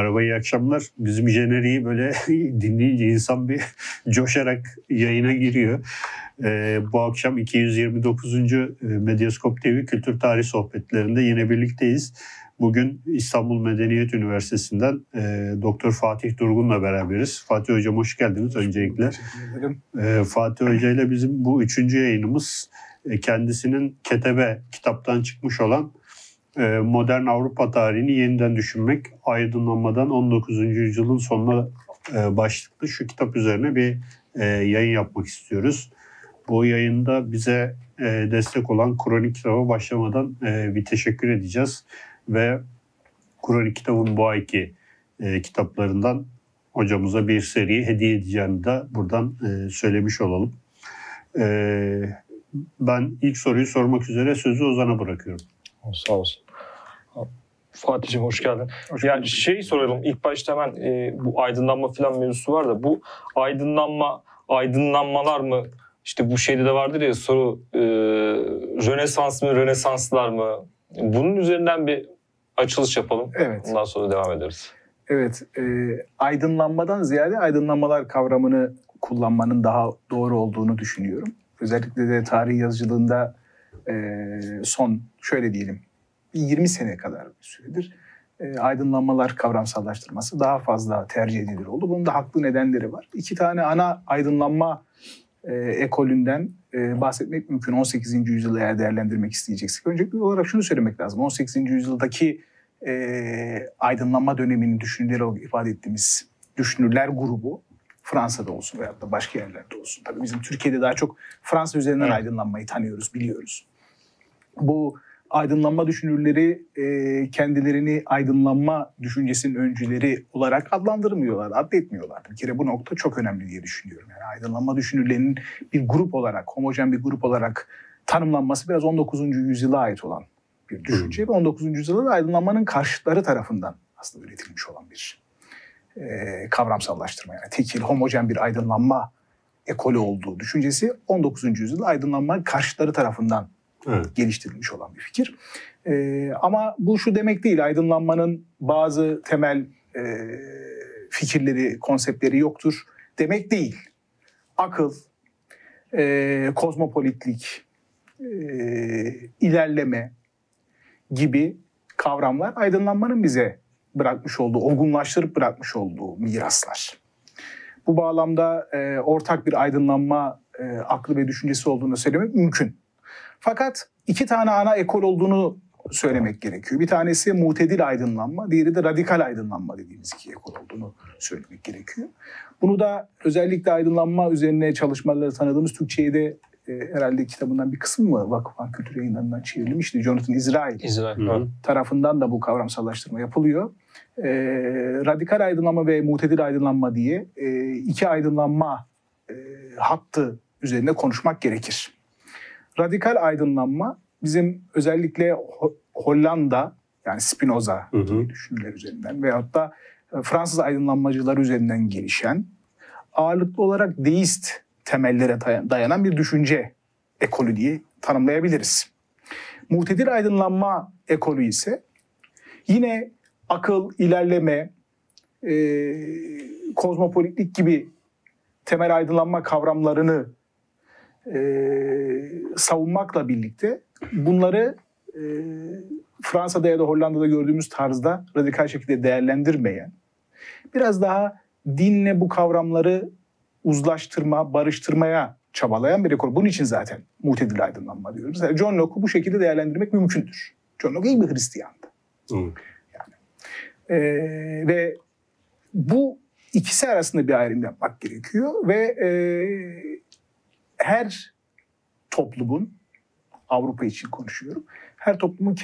Merhaba, iyi akşamlar. Bizim jeneriği böyle dinleyince insan bir coşarak yayına giriyor. Bu akşam 229. Medyaskop TV Kültür Tarih Sohbetlerinde yine birlikteyiz. Bugün İstanbul Medeniyet Üniversitesi'nden Doktor Fatih Durgun'la beraberiz. Fatih Hocam hoş geldiniz öncelikle. Teşekkür ederim. Fatih Hoca ile bizim bu 3. yayınımız kendisinin Ketebe kitaptan çıkmış olan Modern Avrupa Tarihini Yeniden Düşünmek, Aydınlanmadan 19. Yüzyılın Sonuna başlıklı şu kitap üzerine bir yayın yapmak istiyoruz. Bu yayında bize destek olan Kronik Kitap'a başlamadan bir teşekkür edeceğiz. Ve Kronik Kitap'ın bu ayki kitaplarından hocamıza bir seri hediye edeceğini de buradan söylemiş olalım. Ben ilk soruyu sormak üzere sözü Ozan'a bırakıyorum. Sağ olsun. Fatih'ciğim hoş geldin. Yani soralım ilk başta hemen bu aydınlanma falan mevzusu var da bu aydınlanmalar mı? İşte bu şeyde de vardır ya soru Rönesans mı, Rönesanslar mı? Bunun üzerinden bir açılış yapalım. Evet. Ondan sonra devam ederiz. Evet. Aydınlanmadan ziyade aydınlanmalar kavramını kullanmanın daha doğru olduğunu düşünüyorum. Özellikle de tarih yazıcılığında son şöyle diyelim 20 sene kadar bir süredir aydınlanmalar kavramsallaştırması daha fazla tercih edilir oldu. Bunun da haklı nedenleri var. 2 tane ana aydınlanma ekolünden bahsetmek mümkün 18. yüzyılı eğer değerlendirmek isteyeceksek. Öncelikli olarak şunu söylemek lazım. 18. yüzyıldaki aydınlanma döneminin düşünürleri olarak ifade ettiğimiz düşünürler grubu Fransa'da olsun veyahut da başka yerlerde olsun. Tabii bizim Türkiye'de daha çok Fransa üzerinden aydınlanmayı tanıyoruz, biliyoruz. Bu aydınlanma düşünürleri kendilerini aydınlanma düşüncesinin öncüleri olarak adlandırmıyorlar, adletmiyorlar. Bir kere bu nokta çok önemli diye düşünüyorum. Yani aydınlanma düşünürlerinin bir grup olarak, homojen bir grup olarak tanımlanması biraz 19. yüzyıla ait olan bir düşünce. Ve 19. yüzyılda aydınlanmanın karşıtları tarafından aslında üretilmiş olan bir kavramsallaştırma. Yani tekil, homojen bir aydınlanma ekolü olduğu düşüncesi 19. yüzyılda aydınlanmanın karşıtları tarafından geliştirilmiş olan bir fikir. Ama bu şu demek değil, aydınlanmanın bazı temel fikirleri, konseptleri yoktur demek değil. Akıl, kozmopolitlik, ilerleme gibi kavramlar aydınlanmanın bize bırakmış olduğu, olgunlaştırıp bırakmış olduğu miraslar. Bu bağlamda ortak bir aydınlanma aklı ve düşüncesi olduğunu söylemek mümkün. Fakat 2 tane ana ekol olduğunu söylemek gerekiyor. Bir tanesi mutedil aydınlanma, diğeri de radikal aydınlanma dediğimiz 2 ekol olduğunu söylemek gerekiyor. Bunu da özellikle aydınlanma üzerine çalışmaları tanıdığımız Türkçe'ye de herhalde kitabından bir kısmı mı Vakıfbank Kültür Yayınları'ndan çevrilmişti. Jonathan Israel tarafından da bu kavramsallaştırma yapılıyor. Radikal aydınlanma ve mutedil aydınlanma diye 2 aydınlanma hattı üzerine konuşmak gerekir. Radikal aydınlanma bizim özellikle Hollanda, yani Spinoza gibi düşünürler üzerinden veyahut da Fransız aydınlanmacılar üzerinden gelişen, ağırlıklı olarak deist temellere dayanan bir düşünce ekolü diye tanımlayabiliriz. Mutedil aydınlanma ekolü ise yine akıl, ilerleme, kozmopolitlik gibi temel aydınlanma kavramlarını savunmakla birlikte bunları Fransa'da ya da Hollanda'da gördüğümüz tarzda radikal şekilde değerlendirmeyen, biraz daha dinle bu kavramları uzlaştırma, barıştırmaya çabalayan bir ekol. Bunun için zaten mutedil aydınlanma diyoruz. Mesela John Locke'u bu şekilde değerlendirmek mümkündür. John Locke iyi bir Hristiyandı. Yani. Ve bu ikisi arasında bir ayrım yapmak gerekiyor ve her toplumun, Avrupa için konuşuyorum, her toplumun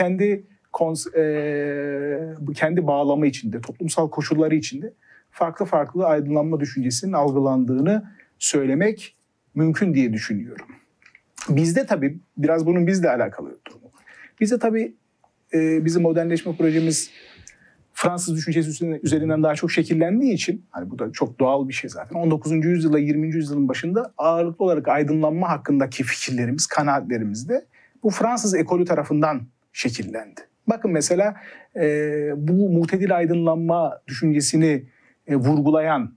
kendi bağlamı içinde, toplumsal koşulları içinde farklı aydınlanma düşüncesinin algılandığını söylemek mümkün diye düşünüyorum. Bizde tabii biraz bunun bizle alakalı durumu var. Bizde tabii bizim modernleşme projemiz Fransız düşüncesi üzerinden daha çok şekillendiği için, hani bu da çok doğal bir şey zaten. 19. yüzyıla 20. yüzyılın başında ağırlıklı olarak aydınlanma hakkındaki fikirlerimiz, kanaatlerimiz de bu Fransız ekolü tarafından şekillendi. Bakın mesela bu mutedil aydınlanma düşüncesini vurgulayan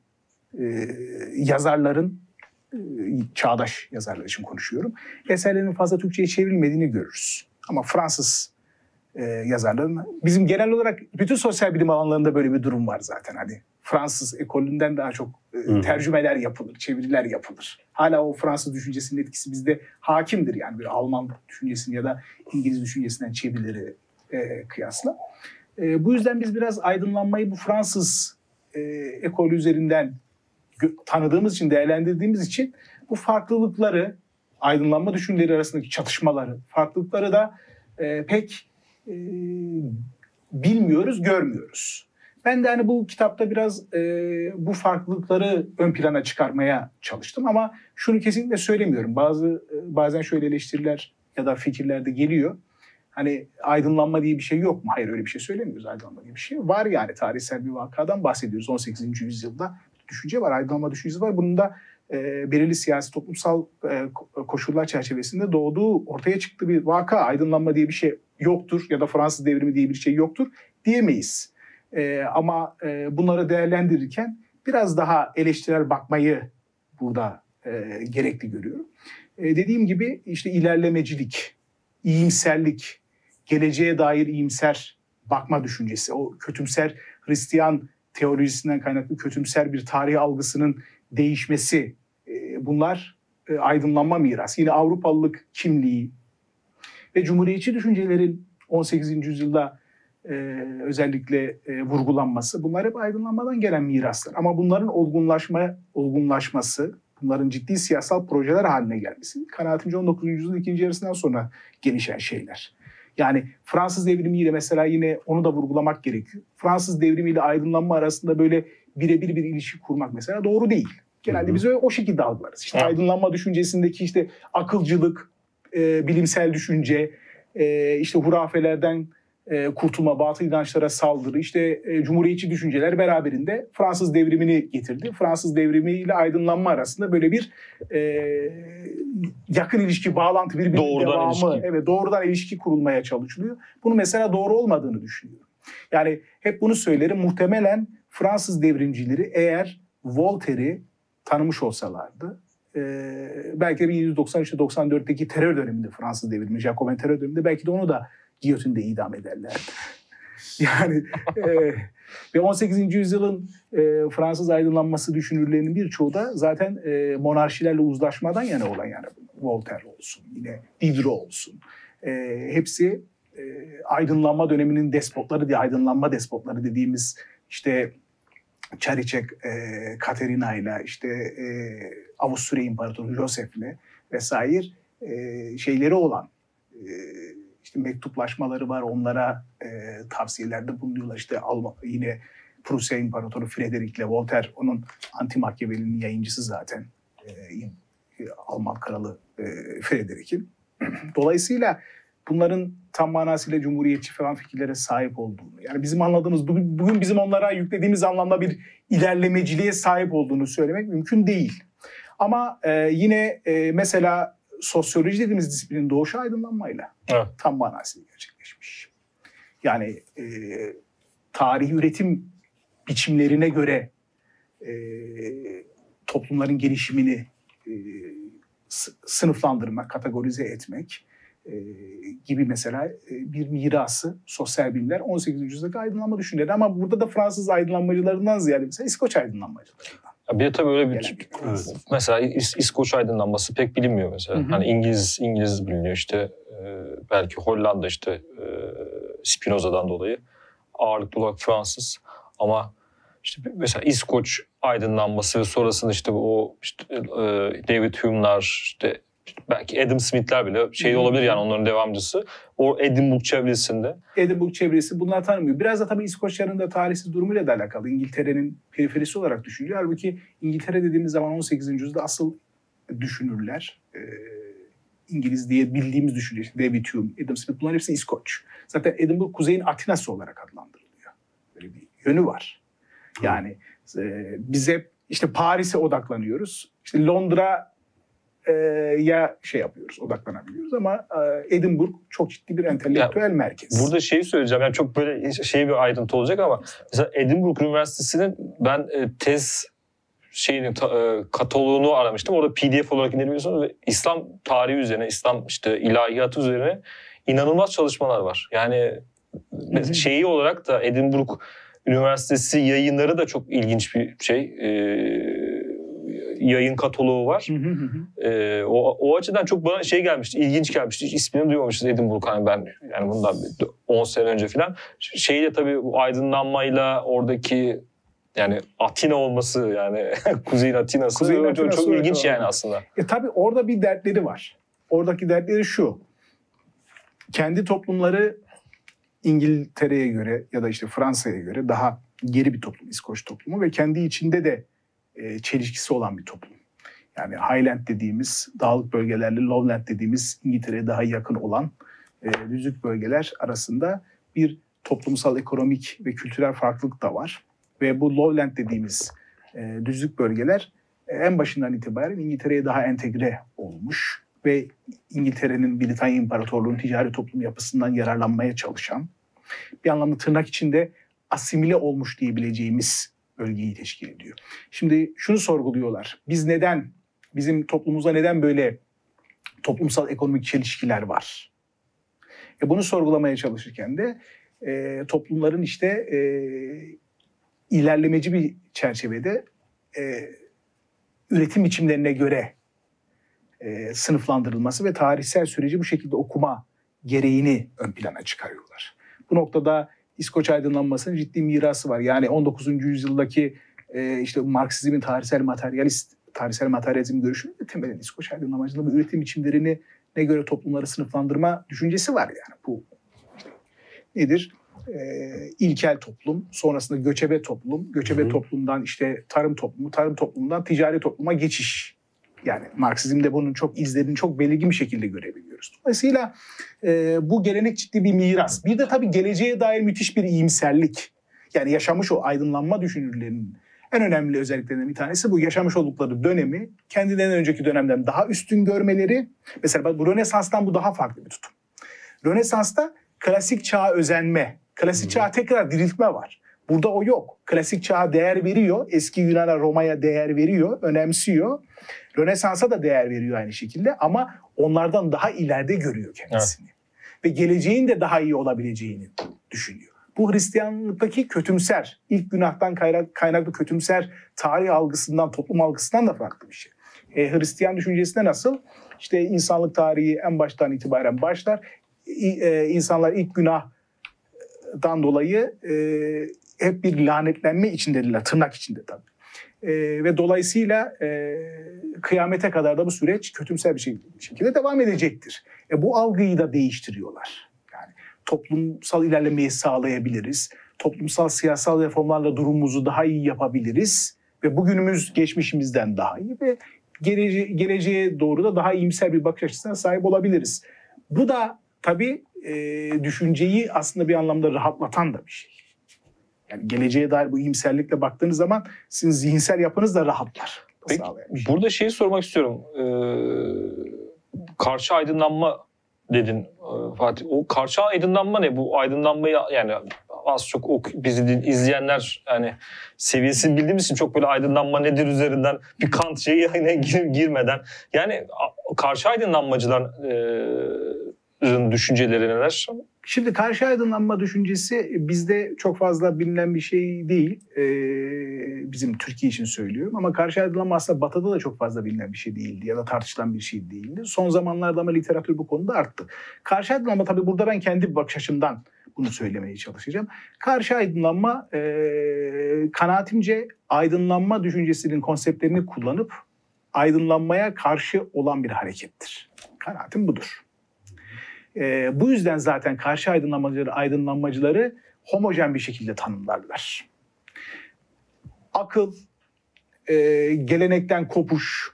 yazarların, çağdaş yazarlar için konuşuyorum, eserlerinin fazla Türkçe'ye çevrilmediğini görürüz. Ama Fransız yazarların, bizim genel olarak bütün sosyal bilim alanlarında böyle bir durum var zaten. Hani Fransız ekolünden daha çok tercümeler yapılır, çeviriler yapılır. Hala o Fransız düşüncesinin etkisi bizde hakimdir. Yani bir Alman düşüncesinin ya da İngiliz düşüncesinden çevirileri kıyasla. Bu yüzden biz biraz aydınlanmayı bu Fransız ekolü üzerinden tanıdığımız için, değerlendirdiğimiz için bu farklılıkları, aydınlanma düşünceleri arasındaki çatışmaları, farklılıkları da pek bilmiyoruz, görmüyoruz. Ben de hani bu kitapta biraz bu farklılıkları ön plana çıkarmaya çalıştım ama şunu kesinlikle söylemiyorum. Bazen şöyle eleştiriler ya da fikirler de geliyor. Hani aydınlanma diye bir şey yok mu? Hayır, öyle bir şey söylemiyoruz. Aydınlanma diye bir şey var yani. Tarihsel bir vakadan bahsediyoruz. 18. yüzyılda düşünce var, aydınlanma düşüncesi var. Bunun da belirli siyasi toplumsal koşullar çerçevesinde doğduğu, ortaya çıktığı bir vaka. Aydınlanma diye bir şey yoktur ya da Fransız devrimi diye bir şey yoktur diyemeyiz. Ama bunları değerlendirirken biraz daha eleştirel bakmayı burada gerekli görüyorum. Dediğim gibi işte ilerlemecilik, iyimserlik, geleceğe dair iyimser bakma düşüncesi, o kötümser Hristiyan teolojisinden kaynaklı kötümser bir tarih algısının değişmesi, bunlar aydınlanma mirası. Yine Avrupalılık kimliği ve cumhuriyetçi düşüncelerin 18. yüzyılda özellikle vurgulanması, bunlar hep aydınlanmadan gelen miraslar. Ama bunların olgunlaşması, bunların ciddi siyasal projeler haline gelmesi kanaatimce 19. yüzyılın ikinci yarısından sonra gelişen şeyler. Yani Fransız devrimiyle mesela yine onu da vurgulamak gerekiyor. Fransız devrimiyle aydınlanma arasında böyle birebir bir ilişki kurmak mesela doğru değil. Genelde biz o şekilde algılarız. İşte aydınlanma düşüncesindeki işte akılcılık, bilimsel düşünce, işte hurafelerden kurtulma, batıl inançlara saldırı, işte cumhuriyetçi düşünceler beraberinde Fransız devrimini getirdi. Fransız devrimiyle aydınlanma arasında böyle bir yakın ilişki, bağlantı, birbirinin devamı, ilişki. Evet, doğrudan ilişki kurulmaya çalışılıyor. Bunu mesela doğru olmadığını düşünüyorum. Yani hep bunu söylerim. Muhtemelen Fransız devrimcileri eğer Voltaire'i tanımış olsalardı, belki de 1793-94'teki terör döneminde, Fransız devrimi, Jacobin terör döneminde belki de onu da giyotinde idam ederlerdi. Yani ve 18. yüzyılın Fransız aydınlanması düşünürlerinin birçoğu da zaten monarşilerle uzlaşmadan yana olan, yani Voltaire olsun, yine Diderot olsun. Hepsi aydınlanma döneminin despotları diye, aydınlanma despotları dediğimiz işte Çariçek, Katerina ile işte Avusturya İmparatoru Josef'le vesaire şeyleri olan işte mektuplaşmaları var, onlara tavsiyelerde bulunuyorlar. İşte yine Prusya İmparatoru Frederick'le Voltaire, onun Anti-Machiavelli'nin yayıncısı zaten, Alman kralı Frederick'in. Dolayısıyla bunların tam manasıyla cumhuriyetçi falan fikirlere sahip olduğunu, yani bizim anladığımız, bugün bizim onlara yüklediğimiz anlamda bir ilerlemeciliğe sahip olduğunu söylemek mümkün değil. Ama yine mesela sosyoloji dediğimiz disiplinin doğuşu aydınlanmayla tam manasıyla gerçekleşmiş. Yani tarih üretim biçimlerine göre toplumların gelişimini sınıflandırmak, kategorize etmek gibi mesela bir mirası sosyal bilimler 18. yüzyıldaki aydınlanma düşünceleri. Ama burada da Fransız aydınlanmacılarından ziyade mesela İskoç aydınlanmacılarından. Bir de tabii öyle bir mesela İskoç aydınlanması pek bilinmiyor mesela. Hı hı. Hani İngiliz biliniyor işte, belki Hollanda işte Spinoza'dan dolayı ağırlıklı olarak Fransız, ama işte mesela İskoç aydınlanması ve sonrasında işte o işte David Hume'lar, işte belki Adam Smith'ler bile olabilir, yani onların devamcısı. O Edinburgh çevresinde. Edinburgh çevresi bunlar tanımıyor. Biraz da tabii İskoçların da tarihsiz durumuyla da alakalı. İngiltere'nin periferisi olarak düşünülüyor. Halbuki İngiltere dediğimiz zaman 18. yüzyılda asıl düşünürler, İngiliz diye bildiğimiz düşünce, işte David Hume, Adam Smith, bunların hepsi İskoç. Zaten Edinburgh kuzeyin Atina'sı olarak adlandırılıyor. Böyle bir yönü var. Yani biz hep işte Paris'e odaklanıyoruz. İşte Londra ya şey yapıyoruz, odaklanabiliyoruz ama Edinburgh çok ciddi bir entelektüel merkez. Burada şeyi söyleyeceğim, yani çok böyle bir ayrıntı olacak ama mesela Edinburgh Üniversitesi'nin ben tez kataloğunu aramıştım. Orada PDF olarak indirebiliyorsunuz ve İslam tarihi üzerine, İslam işte ilahiyatı üzerine inanılmaz çalışmalar var. Yani şeyi olarak da Edinburgh Üniversitesi yayınları da çok ilginç bir şey. Yayın kataloğu var. O açıdan çok bana gelmişti, ilginç gelmişti. Hiç ismini duymamışız Edinburgh. Hani ben yani bundan 10 sene önce falan. Şeyle tabii bu aydınlanmayla oradaki yani Atina olması, yani Kuzey'in Atina'sı çok ilginç yani aslında. Tabii orada bir dertleri var. Oradaki dertleri şu. Kendi toplumları İngiltere'ye göre ya da işte Fransa'ya göre daha geri bir toplum, İskoç toplumu ve kendi içinde de çelişkisi olan bir toplum. Yani Highland dediğimiz dağlık bölgelerle Lowland dediğimiz İngiltere'ye daha yakın olan düzlük bölgeler arasında bir toplumsal, ekonomik ve kültürel farklılık da var. Ve bu Lowland dediğimiz düzlük bölgeler en başından itibaren İngiltere'ye daha entegre olmuş ve İngiltere'nin, Britanya İmparatorluğu'nun ticari toplum yapısından yararlanmaya çalışan, bir anlamda tırnak içinde asimile olmuş diyebileceğimiz bölgeyi teşkil ediyor. Şimdi şunu sorguluyorlar. Bizim toplumumuzda neden böyle toplumsal ekonomik çelişkiler var? Bunu sorgulamaya çalışırken de toplumların işte ilerlemeci bir çerçevede üretim biçimlerine göre sınıflandırılması ve tarihsel süreci bu şekilde okuma gereğini ön plana çıkarıyorlar. Bu noktada İskoç aydınlanmasının ciddi mirası var. Yani 19. yüzyıldaki işte Marksizmin tarihsel materyalizm görüşünün de temelinde İskoç aydınlamacılığında bu üretim biçimlerini ne göre toplumları sınıflandırma düşüncesi var yani. Bu nedir? İlkel toplum, sonrasında göçebe toplum, göçebe toplumdan işte tarım toplumu, tarım toplumundan ticari topluma geçiş. Yani Marksizm'de bunun çok izlerini çok belirgin bir şekilde görebiliyoruz. Dolayısıyla bu gelenek ciddi bir miras. Bir de tabii geleceğe dair müthiş bir iyimserlik. Yani yaşamış o aydınlanma düşünürlerinin en önemli özelliklerinden bir tanesi bu. Yaşamış oldukları dönemi kendilerinden önceki dönemden daha üstün görmeleri. Mesela bu Rönesans'tan bu daha farklı bir tutum. Rönesans'ta klasik çağa özenme, klasik çağa tekrar diriltme var. Burada o yok. Klasik çağa değer veriyor. Eski Yunan'a, Roma'ya değer veriyor, önemsiyor. Rönesans'a da değer veriyor aynı şekilde ama onlardan daha ileride görüyor kendisini. Evet. Ve geleceğin de daha iyi olabileceğini düşünüyor. Bu Hristiyanlıktaki kötümser, ilk günahtan kaynaklı kötümser tarih algısından, toplum algısından da farklı bir şey. Hristiyan düşüncesinde nasıl? İşte insanlık tarihi en baştan itibaren başlar. İnsanlar ilk günahdan dolayı hep bir lanetlenme içindedirler, tırnak içinde tabii. Ve dolayısıyla kıyamete kadar da bu süreç kötümser bir şekilde devam edecektir. Bu algıyı da değiştiriyorlar. Yani toplumsal ilerlemeyi sağlayabiliriz. Toplumsal siyasal reformlarla durumumuzu daha iyi yapabiliriz. Ve bugünümüz geçmişimizden daha iyi ve geleceğe doğru da daha iyimser bir bakış açısına sahip olabiliriz. Bu da tabii düşünceyi aslında bir anlamda rahatlatan da bir şey. Yani geleceğe dair bu iyimserlikle baktığınız zaman sizin zihinsel yapınız da rahatlar. Peki, burada şeyi sormak istiyorum. Karşı aydınlanma dedin Fatih. O karşı aydınlanma ne? Bu aydınlanmayı yani az çok bizi izleyenler yani seviyesini bildiğimiz için çok böyle aydınlanma nedir üzerinden bir Kant şeyi girmeden. Yani karşı aydınlanmacıların düşünceleri neler? Şimdi karşı aydınlanma düşüncesi bizde çok fazla bilinen bir şey değil. Bizim Türkiye için söylüyorum. Ama karşı aydınlanma aslında Batı'da da çok fazla bilinen bir şey değildi ya da tartışılan bir şey değildi. Son zamanlarda ama literatür bu konuda arttı. Karşı aydınlanma tabii burada ben kendi bakış açımdan bunu söylemeye çalışacağım. Karşı aydınlanma kanaatimce aydınlanma düşüncesinin konseptlerini kullanıp aydınlanmaya karşı olan bir harekettir. Kanaatim budur. Bu yüzden zaten karşı aydınlanmacıları homojen bir şekilde tanımlarlar. Akıl, gelenekten kopuş,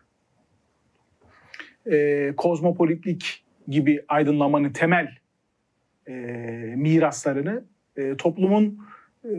kozmopolitlik gibi aydınlanmanın temel miraslarını toplumun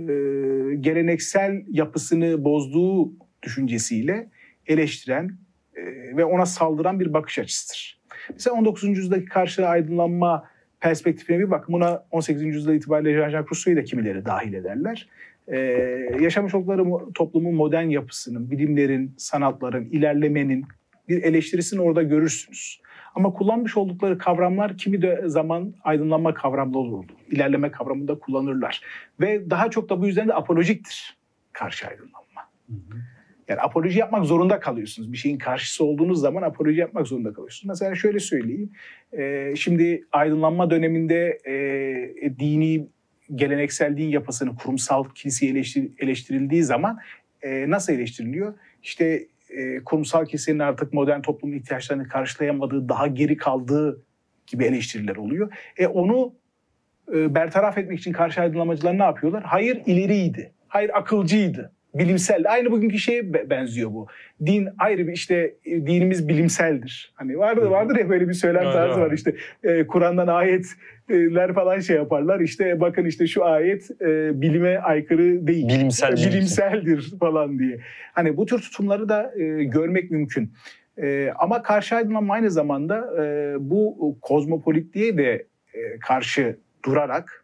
geleneksel yapısını bozduğu düşüncesiyle eleştiren, ve ona saldıran bir bakış açısıdır. Mesela 19. yüzyıldaki karşı aydınlanma perspektifine bir bakımına 18. yüzyılda itibariyle Jean-Jacques Rousseau'yu da kimileri dahil ederler. Yaşamış oldukları toplumun modern yapısının, bilimlerin, sanatların, ilerlemenin bir eleştirisini orada görürsünüz. Ama kullanmış oldukları kavramlar kimi de zaman aydınlanma kavramları olurdu. İlerleme kavramında kullanırlar. Ve daha çok da bu yüzden de apolojiktir karşı aydınlanma. Yani apoloji yapmak zorunda kalıyorsunuz. Bir şeyin karşısı olduğunuz zaman apoloji yapmak zorunda kalıyorsunuz. Mesela şöyle söyleyeyim. Şimdi aydınlanma döneminde dini, geleneksel din yapısını, kurumsal kilise eleştirildiği zaman nasıl eleştiriliyor? İşte kurumsal kilisenin artık modern toplumun ihtiyaçlarını karşılayamadığı, daha geri kaldığı gibi eleştiriler oluyor. Onu bertaraf etmek için karşı aydınlamacılar ne yapıyorlar? Hayır ileriydi, hayır akılcıydı, bilimsel. Aynı bugünkü şeye benziyor bu. Din ayrı bir işte dinimiz bilimseldir. Hani vardır ya böyle bir söylem tarzı var işte Kur'an'dan ayetler falan şey yaparlar. İşte bakın işte şu ayet bilime aykırı değil. Bilimseldir falan diye. Hani bu tür tutumları da görmek mümkün. Ama karşı aydınlanma aynı zamanda bu kozmopolitliğe de karşı durarak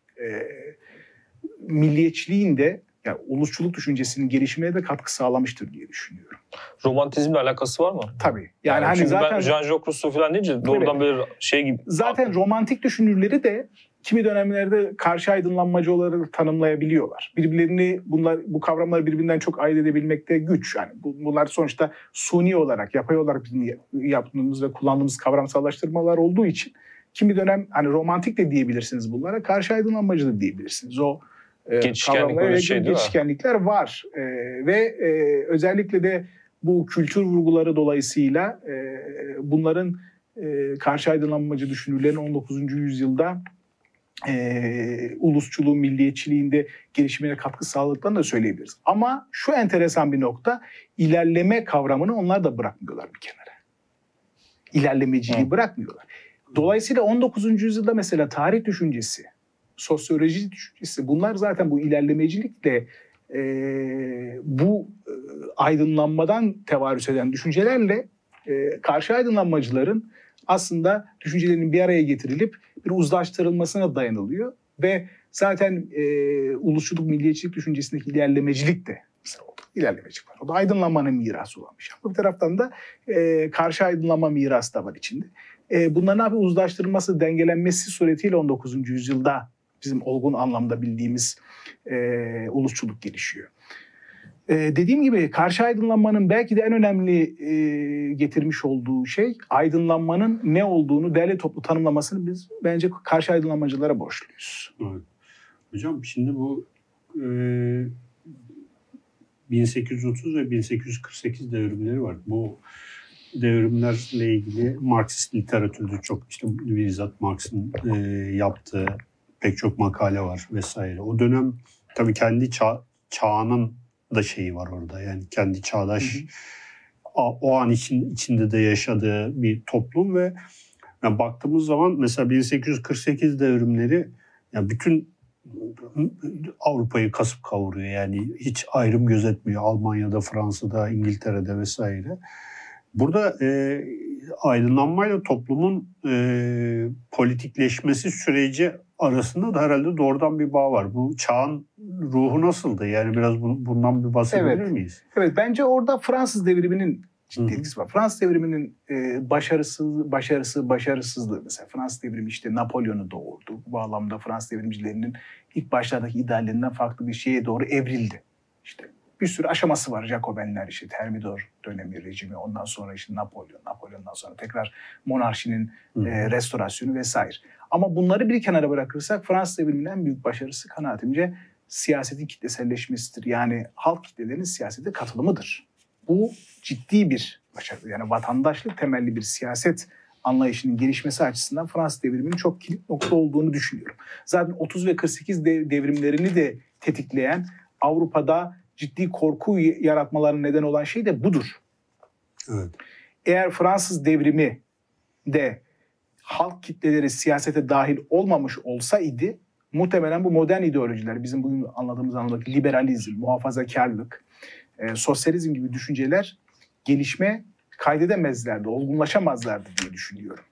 milliyetçiliğin de yani ulusçuluk düşüncesinin gelişimine de katkı sağlamıştır diye düşünüyorum. Romantizmle alakası var mı? Tabii. Yani hani zaten ben Jean-Jacques Rousseau falan deyince doğrudan böyle şey gibi. Zaten romantik düşünürleri de kimi dönemlerde karşı aydınlanmacı olarak tanımlayabiliyorlar. Birbirlerini bu kavramları birbirinden çok ayırt edebilmekte güç. Yani bunlar sonuçta suni olarak, yapay olarak bizim yaptığımız ve kullandığımız kavramsallaştırmalar olduğu için kimi dönem hani romantik de diyebilirsiniz bunlara, karşı aydınlanmacı da diyebilirsiniz. O geçişkenlikler var ve özellikle de bu kültür vurguları dolayısıyla bunların karşı aydınlanmacı düşünürlerin 19. yüzyılda ulusçuluğun, milliyetçiliğinde gelişimine katkı sağladıklarını da söyleyebiliriz. Ama şu enteresan bir nokta, ilerleme kavramını onlar da bırakmıyorlar bir kenara. İlerlemeciliği bırakmıyorlar. Dolayısıyla 19. yüzyılda mesela tarih düşüncesi, sosyoloji düşüncesi, bunlar zaten bu ilerlemecilikle bu aydınlanmadan tevarüs eden düşüncelerle karşı aydınlanmacıların aslında düşüncelerinin bir araya getirilip bir uzlaştırılmasına dayanılıyor ve zaten ulusçuluk, milliyetçilik düşüncesindeki ilerlemecilik de mesela ilerlemecilik var. O da aydınlanmanın mirası olan bir şey. Bir taraftan da karşı aydınlanma mirası da var içinde. Bunların abi uzlaştırılması, dengelenmesi suretiyle 19. yüzyılda bizim olgun anlamda bildiğimiz ulusçuluk gelişiyor. Dediğim gibi karşı aydınlanmanın belki de en önemli getirmiş olduğu şey aydınlanmanın ne olduğunu derli toplu tanımlamasını biz bence karşı aydınlanmacılara borçluyuz. Evet. Hocam şimdi bu 1830 ve 1848 devrimleri var. Bu devrimlerle ilgili Marksist literatürde çok işte bizzat Marx'ın yaptığı pek çok makale var vesaire. O dönem tabii kendi çağının da şeyi var orada. Yani kendi çağdaş o an içinde de yaşadığı bir toplum ve yani baktığımız zaman mesela 1848 devrimleri yani bütün Avrupa'yı kasıp kavuruyor. Yani hiç ayrım gözetmiyor. Almanya'da, Fransa'da, İngiltere'de vesaire. Burada aydınlanmayla toplumun politikleşmesi süreci arasında da herhalde doğrudan bir bağ var. Bu çağın ruhu nasıldı? Yani biraz bundan bir bahsedebilir miyiz? Evet, bence orada Fransız devriminin ciddi etkisi var. Fransız devriminin başarısızlığı mesela. Fransız devrimi işte Napolyon'u doğurdu. Bu bağlamda Fransız devrimcilerinin ilk başlardaki ideallerinden farklı bir şeye doğru evrildi. İşte bir sürü aşaması var. Jacobenler, işte Thermidor dönemi rejimi, ondan sonra işte Napolyon'dan sonra tekrar monarşinin restorasyonu vesaire. Ama bunları bir kenara bırakırsak Fransız devriminin en büyük başarısı kanaatimce siyasetin kitleselleşmesidir. Yani halk kitlelerinin siyasete katılımıdır. Bu ciddi bir başarı. Yani vatandaşlık temelli bir siyaset anlayışının gelişmesi açısından Fransız devriminin çok kilit nokta olduğunu düşünüyorum. Zaten 30 ve 48 devrimlerini de tetikleyen, Avrupa'da ciddi korku yaratmalarına neden olan şey de budur. Evet. Eğer Fransız devrimi de halk kitleleri siyasete dahil olmamış olsaydı muhtemelen bu modern ideolojiler, bizim bugün anladığımız liberalizm, muhafazakarlık, sosyalizm gibi düşünceler gelişme kaydedemezlerdi, olgunlaşamazlardı diye düşünüyorum.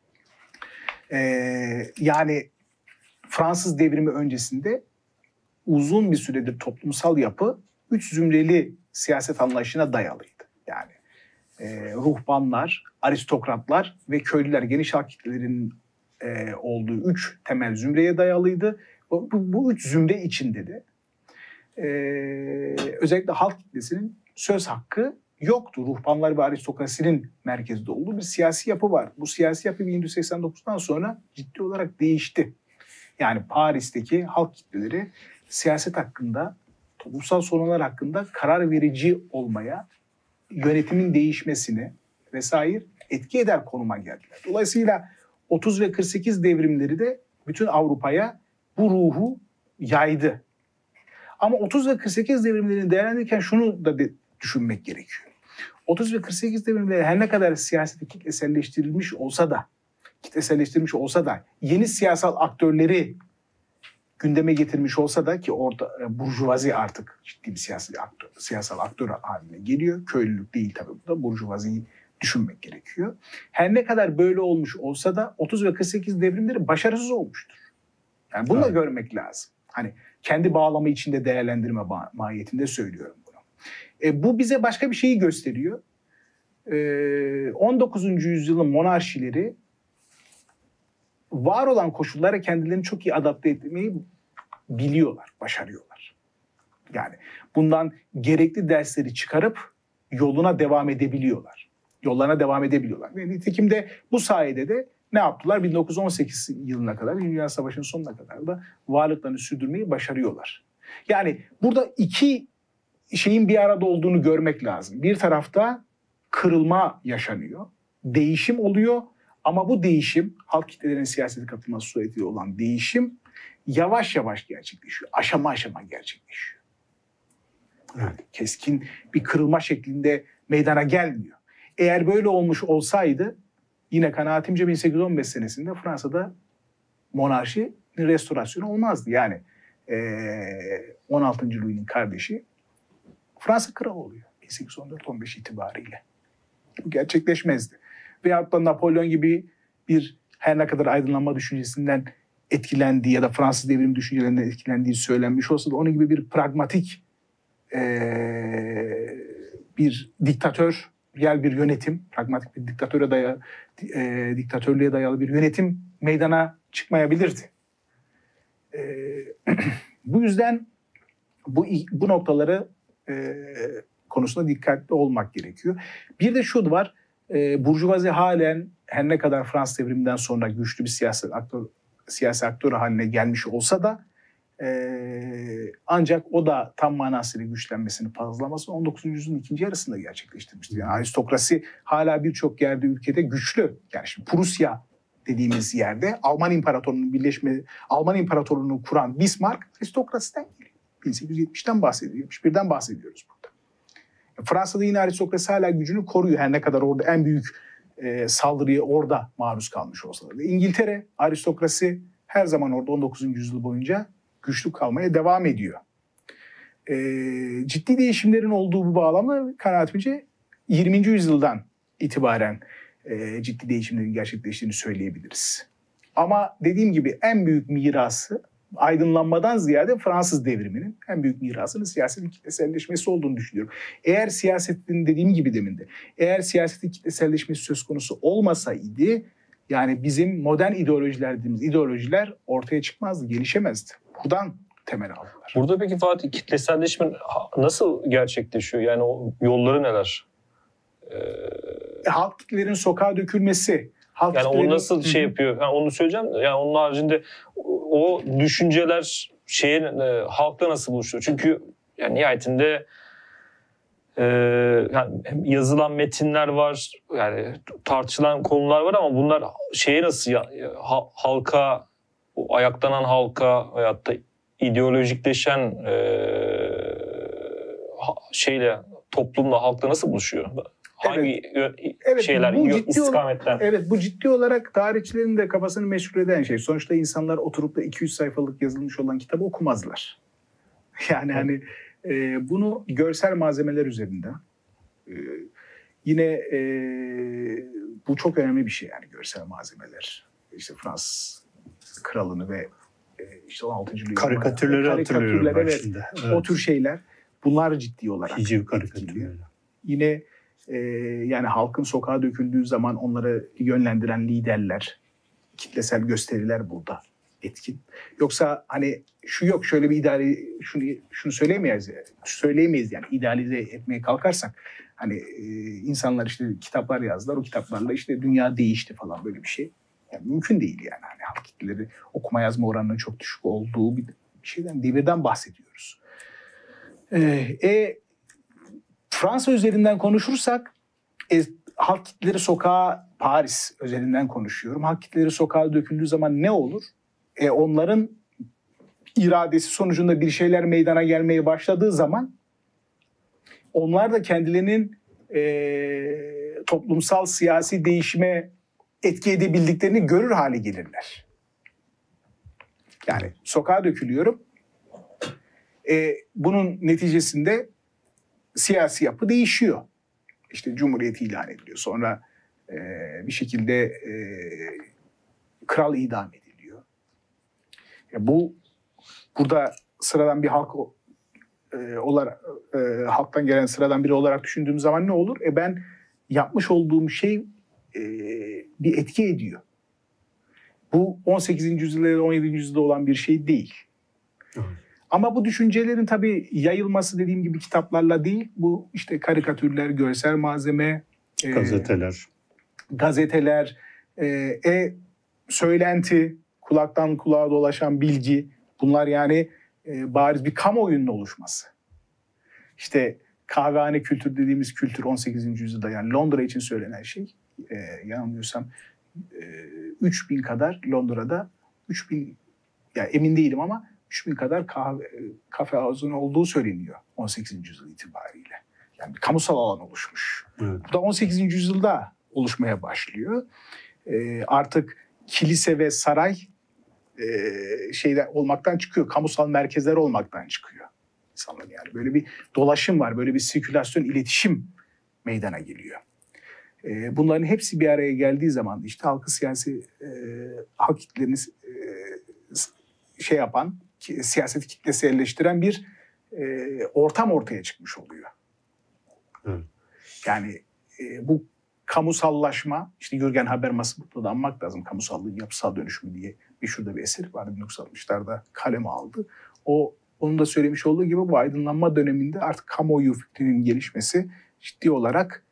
Yani Fransız devrimi öncesinde uzun bir süredir toplumsal yapı 3 zümreli siyaset anlayışına dayalıydı. Yani ruhbanlar, aristokratlar ve köylüler, geniş halk kitlelerinin olduğu 3 temel zümreye dayalıydı. Bu 3 zümre içinde de özellikle halk kitlesinin söz hakkı yoktu. Ruhbanlar ve aristokrasinin merkezde olduğu bir siyasi yapı var. Bu siyasi yapı 1789'dan sonra ciddi olarak değişti. Yani Paris'teki halk kitleleri siyaset hakkında, toplumsal sorunlar hakkında karar verici olmaya, yönetimin değişmesine vesaire etki eder konuma geldiler. Dolayısıyla 30 ve 48 devrimleri de bütün Avrupa'ya bu ruhu yaydı. Ama 30 ve 48 devrimlerini değerlendirirken şunu da düşünmek gerekiyor. 30 ve 48 devrimleri her ne kadar siyaseti kitleselleştirilmiş olsa da yeni siyasal aktörleri gündeme getirmiş olsa da ki orada burjuvazi artık ciddi bir siyasal aktör haline geliyor. Köylülük değil tabii bu da, burjuvaziyi düşünmek gerekiyor. Her ne kadar böyle olmuş olsa da 30 ve 48 devrimleri başarısız olmuştur. Yani bunu da görmek lazım. Hani kendi bağlamı içinde değerlendirme mahiyetinde söylüyorum bunu. Bu bize başka bir şeyi gösteriyor. 19. yüzyılın monarşileri var olan koşullara kendilerini çok iyi adapte etmeyi biliyorlar, başarıyorlar. Yani bundan gerekli dersleri çıkarıp yollarına devam edebiliyorlar. Ve nitekim de bu sayede de ne yaptılar? 1918 yılına kadar, Dünya Savaşı'nın sonuna kadar da varlıklarını sürdürmeyi başarıyorlar. Yani burada iki şeyin bir arada olduğunu görmek lazım. Bir tarafta kırılma yaşanıyor, değişim oluyor ama bu değişim, halk kitlelerinin siyasete katılması suretiyle olan değişim yavaş yavaş gerçekleşiyor, aşama aşama gerçekleşiyor. Yani keskin bir kırılma şeklinde meydana gelmiyor. Eğer böyle olmuş olsaydı yine kanaatimce 1815 senesinde Fransa'da monarşinin restorasyonu olmazdı. Yani 16. Louis'nin kardeşi Fransa kralı oluyor 1814-15 itibariyle. Bu gerçekleşmezdi. Veyahut da Napolyon gibi bir her ne kadar aydınlanma düşüncesinden etkilendiği ya da Fransız devrimi düşüncelerinden etkilendiği söylenmiş olsa da onun gibi bir pragmatik bir diktatör, bir yönetim, pragmatik bir diktatörlüğe dayalı bir yönetim meydana çıkmayabilirdi. Bu yüzden bu noktaları konusunda dikkatli olmak gerekiyor. Bir de şu var, burjuvazi halen her ne kadar Fransız devriminden sonra güçlü bir siyasi aktör haline gelmiş olsa da ancak o da tam manasıyla güçlenmesini, fazlamasını 19. yüzyılın ikinci yarısında gerçekleştirmiştir. Yani aristokrasi hala birçok yerde ülkede güçlü. Yani şimdi Prusya dediğimiz yerde Alman İmparatorluğu'nu kuran Bismarck aristokrasiden geliyor. 1870'ten bahsediyoruz, 71'den bahsediyoruz burada. Fransa'da yine aristokrasi hala gücünü koruyor. Her ne kadar orada en büyük saldırıya orada maruz kalmış olsa da. İngiltere aristokrasi her zaman orada 19. yüzyıl boyunca güçlü kalmaya devam ediyor. Ciddi değişimlerin olduğu bu bağlamda kanaatimce 20. yüzyıldan itibaren ciddi değişimlerin gerçekleştiğini söyleyebiliriz. Ama dediğim gibi en büyük mirası aydınlanmadan ziyade Fransız devriminin en büyük mirasının siyasetin kitleselleşmesi olduğunu düşünüyorum. Eğer siyasetin dediğim gibi deminde, eğer siyasetin kitleselleşmesi söz konusu olmasaydı yani bizim modern ideolojiler dediğimiz ideolojiler ortaya çıkmazdı, gelişemezdi. Buradan temel aldılar. Burada peki Fatih kitleselleşme nasıl gerçekleşiyor? Yani o yolları neler? Halk kitlelerin sokağa dökülmesi. Yani o nasıl şey yapıyor? Yani onu söyleyeceğim. Yani onun haricinde o düşünceler halkla nasıl buluşuyor? Çünkü yani nihayetinde yani yazılan metinler var, yani tartışılan konular var ama bunlar nasıl halka, ayaklanan halka veyahut da ideolojikleşen toplumla, halkla nasıl buluşuyor? Hangi şeyler, istikametten? Evet, bu ciddi olarak tarihçilerin de kafasını meşgul eden şey. Sonuçta insanlar oturup da 200 sayfalık yazılmış olan kitabı okumazlar. Yani hani bunu görsel malzemeler üzerinden Yine bu çok önemli bir şey yani görsel malzemeler. İşte Fransız kralını ve işte 16. karikatürleri hatırlıyorum ben evet, şimdi. O tür şeyler bunlar ciddi olarak hiciv karikatürleri. Yine yani halkın sokağa döküldüğü zaman onları yönlendiren liderler, kitlesel gösteriler burada etkin. Yoksa hani şu yok şöyle bir idare şunu söyleyemeyiz yani idealize etmeye kalkarsak hani insanlar işte kitaplar yazdılar, o kitaplarla işte dünya değişti falan böyle bir şey. Yani mümkün değil yani. Hani halk kitleleri okuma yazma oranının çok düşük olduğu bir şeyden, devirden bahsediyoruz. Fransa üzerinden konuşursak halk kitleleri sokağa, Paris üzerinden konuşuyorum. Halk kitleleri sokağa döküldüğü zaman ne olur? Onların iradesi sonucunda bir şeyler meydana gelmeye başladığı zaman onlar da kendilerinin toplumsal siyasi değişime etki edebildiklerini görür hale gelirler. Yani sokağa dökülüyorum. Bunun neticesinde siyasi yapı değişiyor. İşte Cumhuriyet ilan ediliyor. Sonra bir şekilde kral idam ediliyor. Burada sıradan bir halk olarak halktan gelen sıradan biri olarak düşündüğüm zaman ne olur? Ben yapmış olduğum şey bir etki ediyor. Bu 18. yüzyılda ya da 17. yüzyılda olan bir şey değil. Evet. Ama bu düşüncelerin tabii yayılması dediğim gibi kitaplarla değil, bu işte karikatürler, görsel malzeme, gazeteler, söylenti, kulaktan kulağa dolaşan bilgi, bunlar yani bariz bir kamuoyunun oluşması. İşte kahvehane kültür dediğimiz kültür 18. yüzyılda yani Londra için söylenen şey, yanılmıyorsam 3000 kadar Londra'da 3000 ya emin değilim ama 3000 kadar kafe havuzunun olduğu söyleniyor 18. yüzyıl itibariyle. Yani bir kamusal alan oluşmuş. Evet. Bu da 18. yüzyılda oluşmaya başlıyor. Artık kilise ve saray şeyler olmaktan çıkıyor. Kamusal merkezler olmaktan çıkıyor. İnsanlar yani böyle bir dolaşım var, böyle bir sirkülasyon, iletişim meydana geliyor. Bunların hepsi bir araya geldiği zaman işte halkı siyasi halk kitlerini siyaseti kitleselleştiren bir ortam ortaya çıkmış oluyor. Evet. Yani bu kamusallaşma, işte Jürgen Habermas'ı burada da anmak lazım. Kamusallığın yapısal dönüşümü diye şurada bir eseri vardı 1960'larda kaleme aldı. Onun da söylemiş olduğu gibi bu aydınlanma döneminde artık kamuoyu fikrinin gelişmesi ciddi olarak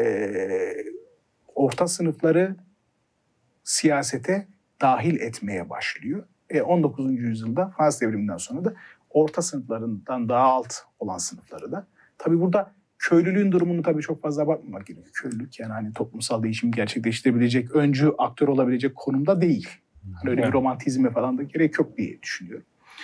orta sınıfları siyasete dahil etmeye başlıyor. 19. yüzyılda Fransız devriminden sonra da orta sınıflarından daha alt olan sınıfları da. Tabii burada köylülüğün durumunu tabii çok fazla bakmamak gerekiyor. Köylülük yani hani toplumsal değişim gerçekleştirebilecek, öncü aktör olabilecek konumda değil. Hani öyle bir romantizme falan da gerek yok diye düşünüyorum.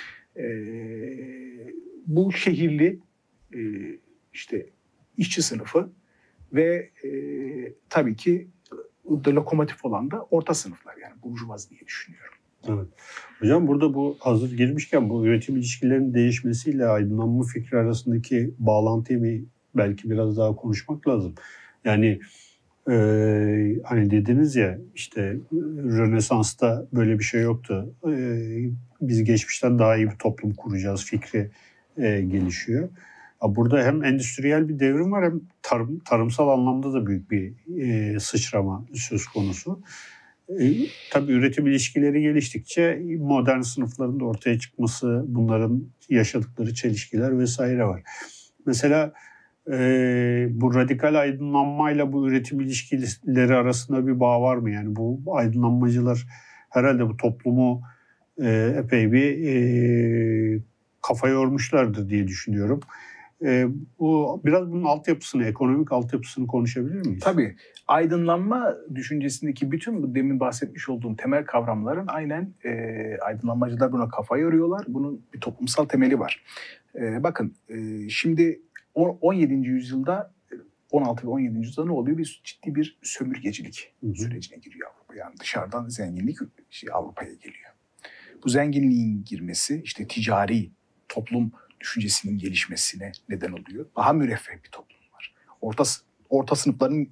Bu şehirli işte işçi sınıfı ve tabii ki lokomotif olan da orta sınıflar yani burjuvazi diye düşünüyorum. Evet. Hocam burada bu hazır girmişken bu üretim ilişkilerinin değişmesiyle aydınlanma fikri arasındaki bağlantıyı belki biraz daha konuşmak lazım. Yani hani dediniz ya işte Rönesans'ta böyle bir şey yoktu. Biz geçmişten daha iyi bir toplum kuracağız fikri gelişiyor. Burada hem endüstriyel bir devrim var hem tarımsal anlamda da büyük bir sıçrama söz konusu. Tabii üretim ilişkileri geliştikçe modern sınıfların da ortaya çıkması, bunların yaşadıkları çelişkiler vesaire var. Mesela bu radikal aydınlanmayla bu üretim ilişkileri arasında bir bağ var mı? Yani bu aydınlanmacılar herhalde bu toplumu epey bir kafa yormuşlardır diye düşünüyorum. Biraz bunun altyapısını, ekonomik altyapısını konuşabilir miyiz? Tabii. Aydınlanma düşüncesindeki bütün bu demin bahsetmiş olduğum temel kavramların aynen aydınlanmacılar buna kafa yoruyorlar. Bunun bir toplumsal temeli var. Bakın şimdi 17. yüzyılda 16 ve 17. yüzyılda ne oluyor? Bir ciddi bir sömürgecilik sürecine giriyor Avrupa. Yani dışarıdan zenginlik Avrupa'ya geliyor. Bu zenginliğin girmesi işte ticari toplum düşüncesinin gelişmesine neden oluyor. Daha müreffeh bir toplum var. Orta orta sınıfların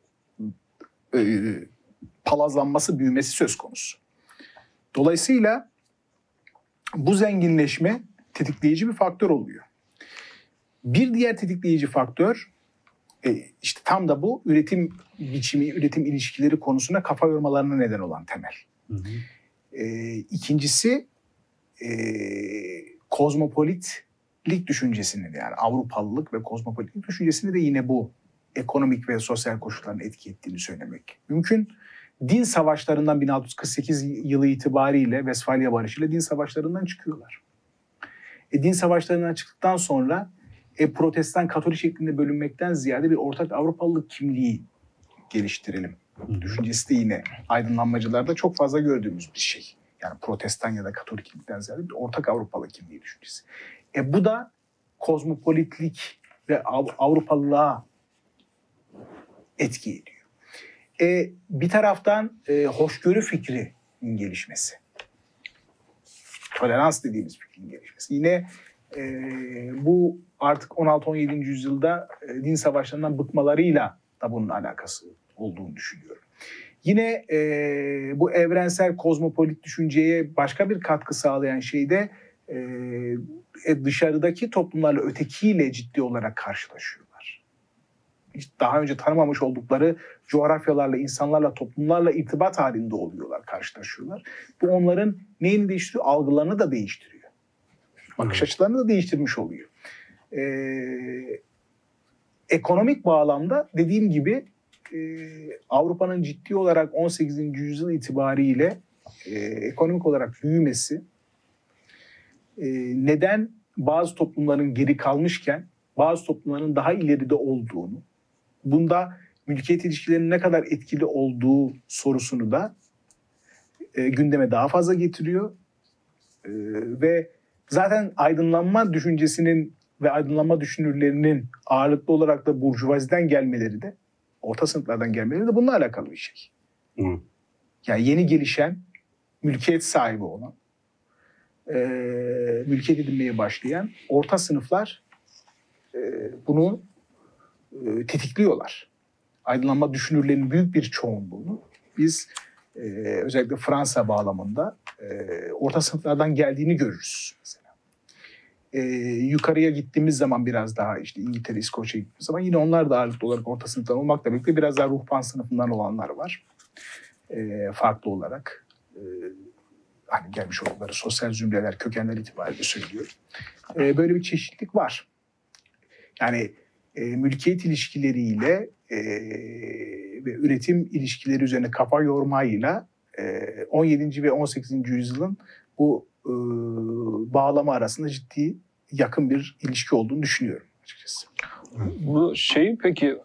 palazlanması, büyümesi söz konusu. Dolayısıyla bu zenginleşme tetikleyici bir faktör oluyor. Bir diğer tetikleyici faktör işte tam da bu üretim biçimi, üretim ilişkileri konusuna kafa yormalarına neden olan temel. Hı hı. İkincisi kozmopolitlik düşüncesini, yani Avrupalılık ve kozmopolitlik düşüncesini de yine bu ekonomik ve sosyal koşulların etki ettiğini söylemek mümkün. Din savaşlarından 1648 yılı itibariyle Westfalia Barışı'yla din savaşlarından çıkıyorlar. Din savaşlarından çıktıktan sonra Protestan Katolik şeklinde bölünmekten ziyade bir ortak Avrupalılık kimliği geliştirelim düşüncesi de yine aydınlanmacılarda çok fazla gördüğümüz bir şey. Yani Protestan ya da Katoliklikten ziyade bir ortak Avrupalı kimliği düşüncesi. Bu da kozmopolitlik ve Avrupalılığa etki ediyor. Bir taraftan hoşgörü fikrinin gelişmesi. Tolerans dediğimiz fikrin gelişmesi. Yine bu artık 16-17. yüzyılda din savaşlarından bıkmalarıyla da bunun alakası olduğunu düşünüyorum. Yine bu evrensel kozmopolit düşünceye başka bir katkı sağlayan şey de dışarıdaki toplumlarla, ötekiyle ciddi olarak karşılaşıyorlar. Hiç daha önce tanımamış oldukları coğrafyalarla, insanlarla, toplumlarla irtibat halinde oluyorlar, karşılaşıyorlar. Bu onların neyini değiştiriyor? Algılarını da değiştiriyor. Bakış açılarını da değiştirmiş oluyor. Ekonomik bağlamda dediğim gibi Avrupa'nın ciddi olarak 18. yüzyıl itibariyle ekonomik olarak büyümesi neden bazı toplumların geri kalmışken bazı toplumların daha ileride olduğunu, bunda mülkiyet ilişkilerinin ne kadar etkili olduğu sorusunu da gündeme daha fazla getiriyor. Ve zaten aydınlanma düşüncesinin ve aydınlanma düşünürlerinin ağırlıklı olarak da burjuvaziden gelmeleri de, orta sınıflardan gelmeleri de bununla alakalı bir şey. Hı. Yani yeni gelişen, mülkiyet sahibi olan, mülkiyet edinmeye başlayan orta sınıflar bunu tetikliyorlar. Aydınlanma düşünürlerinin büyük bir çoğunluğunu biz özellikle Fransa bağlamında orta sınıflardan geldiğini görürüz mesela. Yukarıya gittiğimiz zaman biraz daha işte İngiltere, İskoçya gittiğimiz zaman yine onlar da ağırlıklı olarak orta sınıftan olmakla birlikte biraz daha ruhban sınıfından olanlar var. Farklı olarak. Hani gelmiş oldukları sosyal zümreler, kökenler itibariyle söylüyorum. Böyle bir çeşitlilik var. Yani mülkiyet ilişkileriyle ve üretim ilişkileri üzerine kafa yormayla 17. ve 18. yüzyılın bu bağlama arasında ciddi yakın bir ilişki olduğunu düşünüyorum açıkçası. Bu şey peki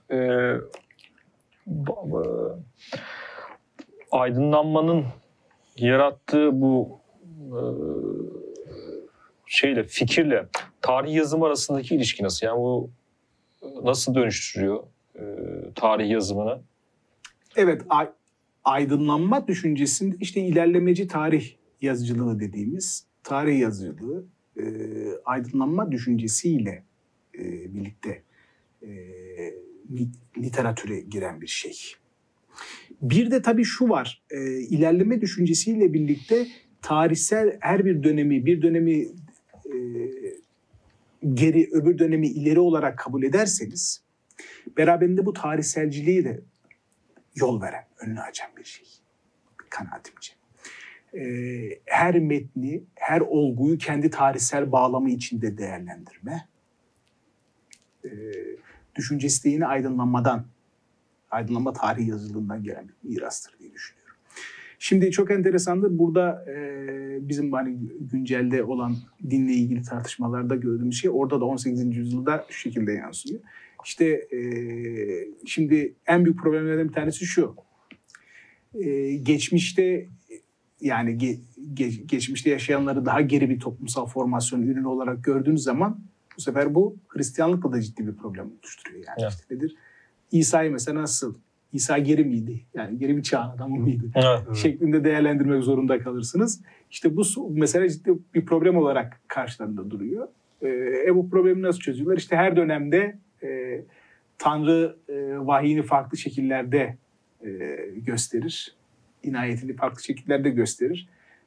aydınlanmanın yarattığı bu fikirle tarih yazımı arasındaki ilişki nasıl? Yani bu nasıl dönüştürüyor tarih yazımını? Evet, aydınlanma düşüncesinde işte ilerlemeci tarih yazıcılığı dediğimiz tarih yazıcılığı aydınlanma düşüncesiyle birlikte literatüre giren bir şey. Bir de tabii şu var, ilerleme düşüncesiyle birlikte tarihsel her bir dönemi geri, öbür dönemi ileri olarak kabul ederseniz beraberinde bu tarihselciliği de yol veren, önünü açan bir şey. Kanaatimce. Her metni, her olguyu kendi tarihsel bağlamı içinde değerlendirme düşüncesi de yine aydınlanma tarih yazılımından gelen bir mirastır diye düşünüyorum. Şimdi çok enteresandır. Burada bizim hani güncelde olan dinle ilgili tartışmalarda gördüğümüz şey orada da 18. yüzyılda şu şekilde yansıyor. İşte şimdi en büyük problemlerden bir tanesi şu. Geçmişte yani geçmişte yaşayanları daha geri bir toplumsal formasyon ürünü olarak gördüğünüz zaman bu sefer bu Hristiyanlıkla da ciddi bir problem oluşturuyor. Yani evet. işte nedir? İsa'yı mesela nasıl? İsa geri miydi? Yani geri bir çağın adamı mıydı? Evet. Şeklinde değerlendirmek zorunda kalırsınız. İşte bu mesela ciddi bir problem olarak karşılarında duruyor. Bu problemi nasıl çözüyorlar? İşte her dönemde Tanrı vahiyini farklı şekillerde gösterir. İnayetini farklı şekillerde gösterir.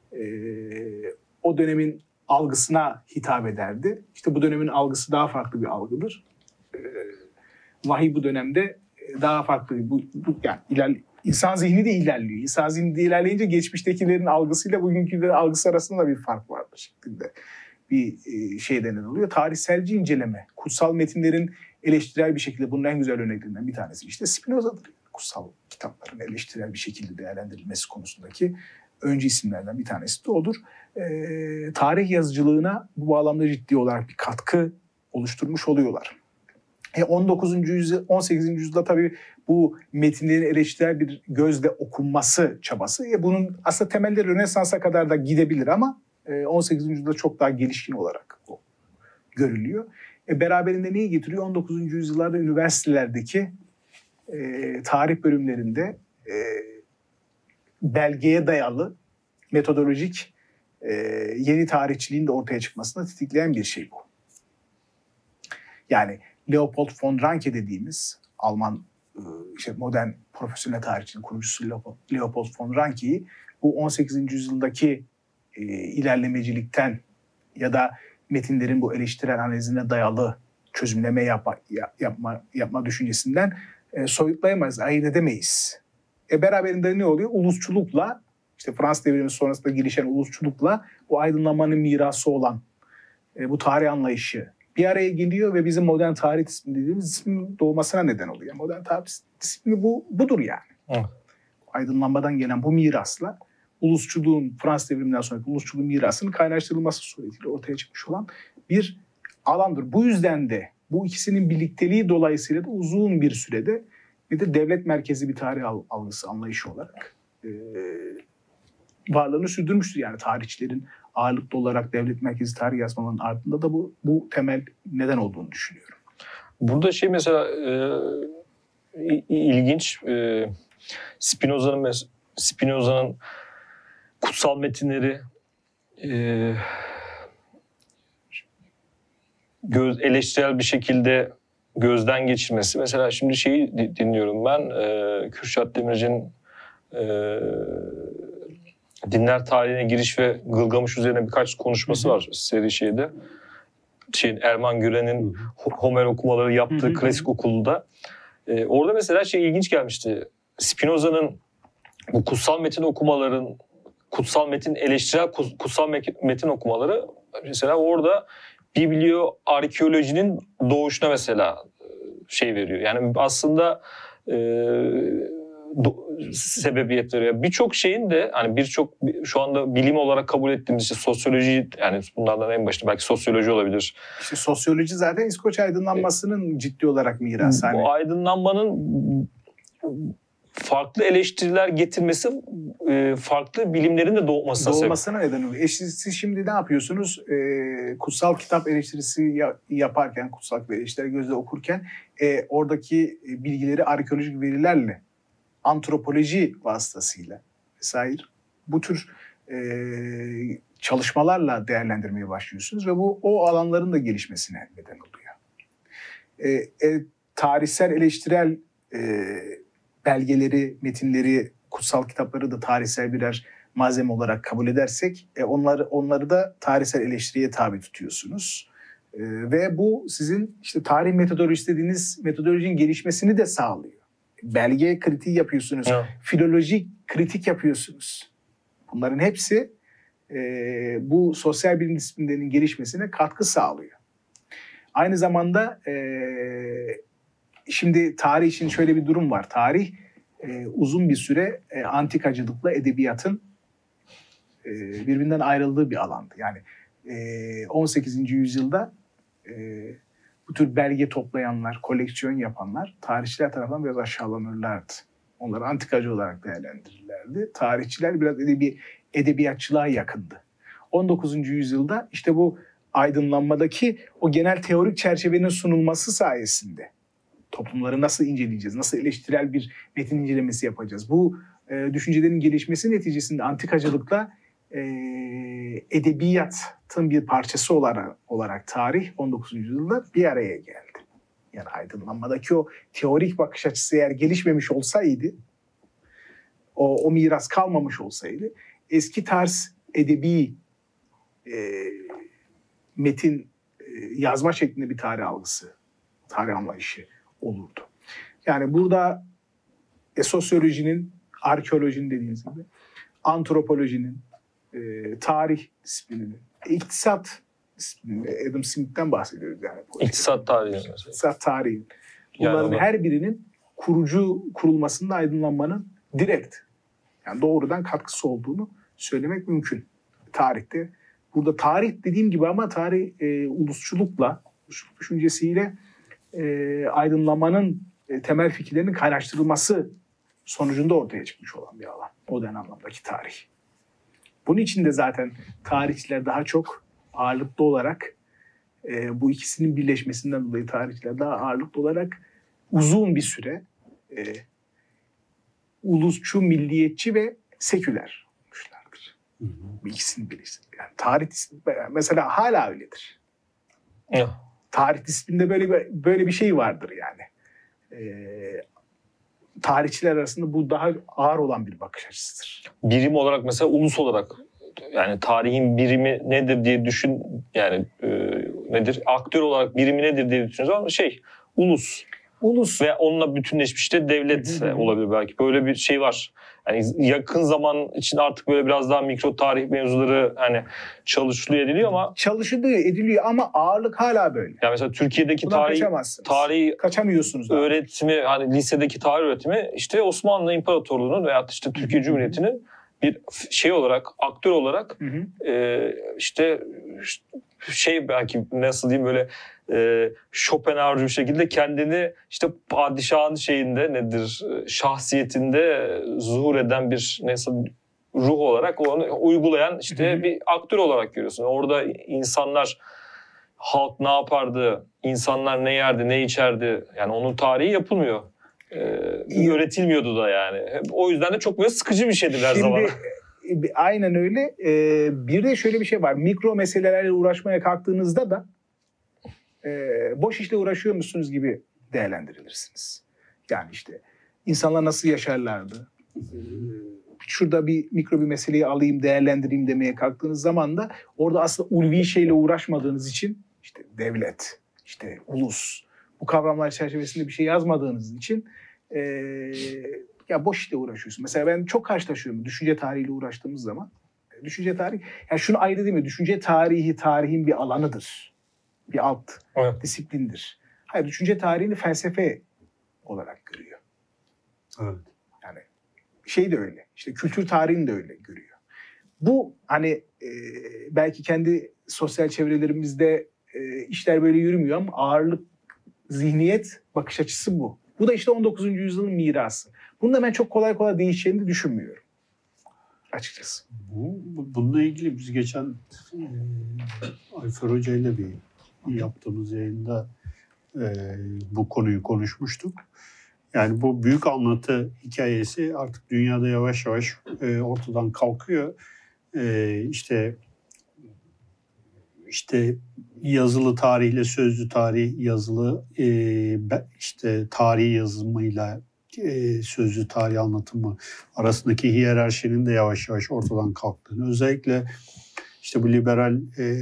O dönemin algısına hitap ederdi. İşte bu dönemin algısı daha farklı bir algıdır. Vahiy bu dönemde daha farklı. Yani insan zihni de ilerliyor. İnsan zihni de ilerleyince geçmiştekilerin algısıyla bugünkülerin algısı arasında bir fark vardır şeklinde bir şeyden oluyor. Tarihselci inceleme, kutsal metinlerin eleştirel bir şekilde, bunun en güzel örneklerinden bir tanesi işte Spinoza'dır. Kutsal kitapların eleştirel bir şekilde değerlendirilmesi konusundaki öncü isimlerden bir tanesi de odur. Tarih yazıcılığına bu bağlamda ciddi olarak bir katkı oluşturmuş oluyorlar. 19. yüzyıl, 18. yüzyılda tabii bu metinlerin eleştirel bir gözle okunması çabası. Bunun aslında temelleri Rönesans'a kadar da gidebilir ama 18. yüzyılda çok daha gelişkin olarak o görülüyor. Beraberinde neyi getiriyor? 19. yüzyıllarda üniversitelerdeki tarih bölümlerinde belgeye dayalı metodolojik yeni tarihçiliğin de ortaya çıkmasını tetikleyen bir şey bu. Yani Leopold von Ranke dediğimiz Alman modern profesyonel tarihçinin kurucusu Leopold von Ranke'yi bu 18. yüzyıldaki ilerlemecilikten ya da metinlerin bu eleştirel analizine dayalı çözümleme yapma düşüncesinden soyutlayamayız, ayırt edemeyiz. Beraberinde ne oluyor? Ulusçulukla, işte Fransız devrimi sonrasında gelişen ulusçulukla bu aydınlanmanın mirası olan bu tarih anlayışı bir araya geliyor ve bizim modern tarih disiplini dediğimiz disiplinin doğmasına neden oluyor. Modern tarih disiplini budur yani. Evet. Aydınlanmadan gelen bu mirasla ulusçuluğun, Fransız devriminden sonraki ulusçuluğun mirasının kaynaştırılması suretiyle ortaya çıkmış olan bir alandır. Bu yüzden de bu ikisinin birlikteliği dolayısıyla da uzun bir sürede bir de devlet merkezli bir tarih algısı, anlayışı olarak varlığını sürdürmüştür. Yani tarihçilerin ağırlıklı olarak devlet merkezi tarih yazmalarının ardında da bu temel neden olduğunu düşünüyorum. Burada mesela ilginç, Spinoza'nın kutsal metinleri eleştirel bir şekilde gözden geçirmesi. Mesela şimdi dinliyorum ben, Kürşat Demirci'nin Dinler Tarihine Giriş ve Gılgamış üzerine birkaç konuşması var seri şeyde. Erman Güren'in Homer okumaları yaptığı klasik okulda. Orada mesela ilginç gelmişti. Spinoza'nın bu kutsal metin okumaların, eleştirel kutsal metin okumaları mesela orada biblioarkeolojinin doğuşuna mesela veriyor. Yani aslında sebebiyet veriyor. Birçok şeyin de hani şu anda bilim olarak kabul ettiğimiz sosyoloji, yani bunlardan en başta belki sosyoloji olabilir. İşte sosyoloji zaten İskoç aydınlanmasının ciddi olarak mirası. Bu aydınlanmanın farklı eleştiriler getirmesi, farklı bilimlerin de doğmasına neden oluyor. Siz şimdi ne yapıyorsunuz? Kutsal kitap eleştirisi yaparken, kutsal kitap eleştirileri gözle okurken oradaki bilgileri arkeolojik verilerle, antropoloji vasıtasıyla vesaire bu tür çalışmalarla değerlendirmeye başlıyorsunuz ve bu o alanların da gelişmesine neden oluyor. Tarihsel eleştirel belgeleri, metinleri, kutsal kitapları da tarihsel birer malzeme olarak kabul edersek onları da tarihsel eleştiriye tabi tutuyorsunuz. Ve bu sizin işte tarih metodolojisi dediğiniz metodolojinin gelişmesini de sağlıyor. Belge kritiği yapıyorsunuz, evet. Filolojik kritik yapıyorsunuz. Bunların hepsi bu sosyal bilim disiplinlerinin gelişmesine katkı sağlıyor. Aynı zamanda şimdi tarih için şöyle bir durum var. Tarih uzun bir süre antikacılıkla edebiyatın birbirinden ayrıldığı bir alandı. Yani 18. yüzyılda bu tür belge toplayanlar, koleksiyon yapanlar tarihçiler tarafından biraz aşağılanırlardı. Onları antikacı olarak değerlendirirlerdi. Tarihçiler biraz edebiyatçılığa yakındı. 19. yüzyılda işte bu aydınlanmadaki o genel teorik çerçevenin sunulması sayesinde toplumları nasıl inceleyeceğiz, nasıl eleştirel bir metin incelemesi yapacağız? Bu düşüncelerin gelişmesi neticesinde antikacılıkla edebiyatın bir parçası olarak tarih 19. yüzyılda bir araya geldi. Yani aydınlanmadaki o teorik bakış açısı eğer gelişmemiş olsaydı, o miras kalmamış olsaydı, eski tarz edebi metin yazma şeklinde bir tarih algısı, tarih anlayışı olurdu. Yani burada sosyolojinin, arkeolojinin dediğiniz gibi, antropolojinin, tarih disiplininin, iktisat disiplininin, Adam Smith'ten bahsediyoruz yani. İktisat tarihi mesela. İktisat tarihi. Bunların Yani her birinin kurulmasında aydınlanmanın direkt, yani doğrudan katkısı olduğunu söylemek mümkün tarihte. Burada tarih dediğim gibi ama tarih ulusçuluk düşüncesiyle aydınlanmanın temel fikirlerinin kaynaştırılması sonucunda ortaya çıkmış olan bir alan. Modern anlamdaki tarih. Bunun için de zaten tarihçiler daha çok ağırlıklı olarak bu ikisinin birleşmesinden dolayı tarihçiler daha ağırlıklı olarak uzun bir süre ulusçu, milliyetçi ve seküler olmuşlardır. Bu ikisini birleştirdi. Yani tarih mesela hala öyledir. Ya. Tarih disiplinde böyle bir şey vardır yani. Tarihçiler arasında bu daha ağır olan bir bakış açısıdır. Birim olarak mesela ulus olarak, yani tarihin birimi nedir diye düşün, yani nedir? Aktör olarak birimi nedir diye düşündüğünüz zaman ulus. Ulus ve onunla bütünleşmiş de devlet olabilir belki. Böyle bir şey var. Yani yakın zaman için artık böyle biraz daha mikro tarih mevzuları hani çalışılıyor ediliyor ama ediliyor ama ağırlık hala böyle. Yani mesela Türkiye'deki tarihi kaçamıyorsunuz. Öğretimi, hani lisedeki tarih öğretimi işte Osmanlı İmparatorluğu'nun veya işte Türkiye Cumhuriyeti'nin bir şey olarak, aktör olarak işte belki nasıl diyeyim, böyle Schopenhauer'cı bir şekilde kendini işte padişahın şahsiyetinde zuhur eden bir ruh olarak onu uygulayan işte bir aktör olarak görüyorsun. Orada insanlar, halk ne yapardı, insanlar ne yerdi, ne içerdi, yani onun tarihi yapılmıyor. Öğretilmiyordu da yani. O yüzden de çok böyle sıkıcı bir şeydir her zaman. Aynen öyle. Bir de şöyle bir şey var. Mikro meselelerle uğraşmaya kalktığınızda da boş işle uğraşıyor musunuz gibi değerlendirilirsiniz. Yani işte insanlar nasıl yaşarlardı? Şurada mikro bir meseleyi alayım, değerlendireyim demeye kalktığınız zaman da orada aslında ulvi şeyle uğraşmadığınız için, işte devlet, işte ulus, bu kavramlar çerçevesinde bir şey yazmadığınız için ya boş işle uğraşıyorsun. Mesela ben çok karşılaşıyorum düşünce tarihiyle uğraştığımız zaman. Düşünce tarihi, yani şunu ayrı değil mi? Düşünce tarihi, tarihin bir alanıdır. Bir alt disiplindir. Hayır, düşünce tarihini felsefe olarak görüyor. Evet. Yani şey de öyle. İşte kültür tarihini de öyle görüyor. Bu hani belki kendi sosyal çevrelerimizde işler böyle yürümüyor ama ağırlık, zihniyet, bakış açısı bu. Bu da işte 19. yüzyılın mirası. Bunu da ben çok kolay kolay değişeceğini düşünmüyorum. Açıkçası. Bununla ilgili biz geçen Ayfer Hoca ile bir yaptığımız yayında bu konuyu konuşmuştuk. Yani bu büyük anlatı hikayesi artık dünyada yavaş yavaş ortadan kalkıyor. İşte yazılı tarihle sözlü tarih, yazılı işte tarih yazımıyla sözlü tarih anlatımı arasındaki hiyerarşinin de yavaş yavaş ortadan kalktığını, özellikle işte bu liberal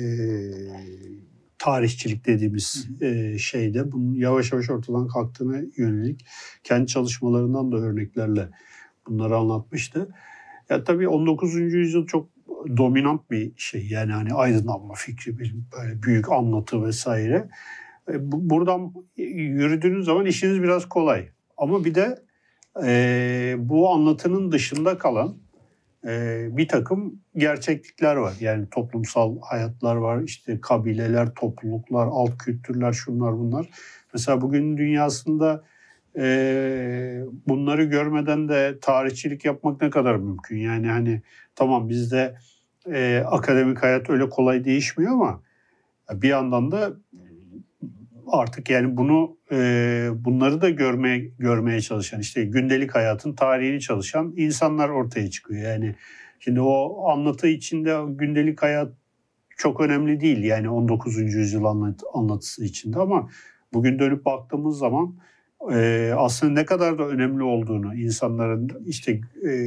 tarihçilik dediğimiz şeyde bunun yavaş yavaş ortadan kalktığına yönelik kendi çalışmalarından da örneklerle bunları anlatmıştı. Ya tabii 19. yüzyıl çok dominant bir şey, yani hani aydınlanma fikri, böyle büyük anlatı vesaire. Buradan yürüdüğünüz zaman işiniz biraz kolay. Ama bir de bu anlatının dışında kalan bir takım gerçeklikler var. Yani toplumsal hayatlar var, işte kabileler, topluluklar, alt kültürler, şunlar bunlar. Mesela bugün dünyasında bunları görmeden de tarihçilik yapmak ne kadar mümkün? Yani hani tamam, bizde akademik hayat öyle kolay değişmiyor ama bir yandan da artık yani bunları da görmeye çalışan, işte gündelik hayatın tarihini çalışan insanlar ortaya çıkıyor. Yani şimdi o anlatı içinde gündelik hayat çok önemli değil, yani 19. yüzyıl anlatısı içinde, ama bugün dönüp baktığımız zaman aslında ne kadar da önemli olduğunu, insanların işte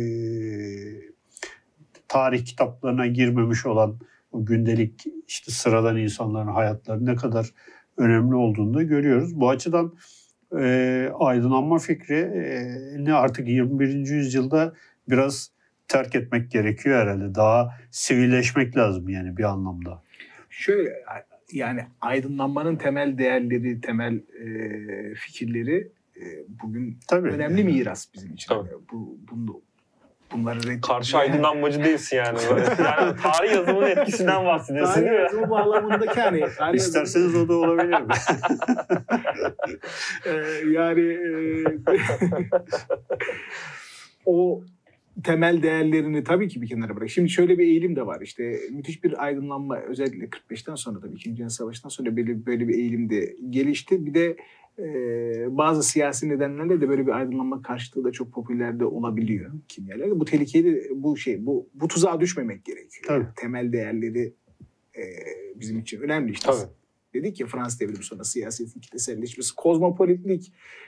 tarih kitaplarına girmemiş olan o gündelik işte sıradan insanların hayatları ne kadar önemli olduğunu da görüyoruz. Bu açıdan aydınlanma fikri ne artık 21. yüzyılda biraz terk etmek gerekiyor herhalde. Daha sivilleşmek lazım yani bir anlamda. Şöyle, yani aydınlanmanın temel değerleri, temel fikirleri bugün Tabii. önemli miras bizim için. Tabii. Bunları karşı aydınlanmacı değilsin yani. Yani tarih yazımının etkisinden bahsediyorsun değil mi? Tarih yazımı bağlamındaki hani. İsterseniz o da olabilir mi? Yani o temel değerlerini tabii ki bir kenara bırak. Şimdi şöyle bir eğilim de var. İşte müthiş bir aydınlanma, özellikle 45'ten sonra, tabii 2. Dünya Savaşı'ndan sonra böyle bir eğilim de gelişti. Bir de bazı siyasi nedenlerle de böyle bir aydınlanma karşıtlığı da çok popüler de olabiliyor kimyalarda. Bu tehlikeli de bu tuzağa düşmemek gerekiyor. Tabii. Temel değerleri bizim için önemli işte. Tabii. Dedik ya, Fransız devrimi sonra siyasetin kitleselleşmesi, kozmopolitlik,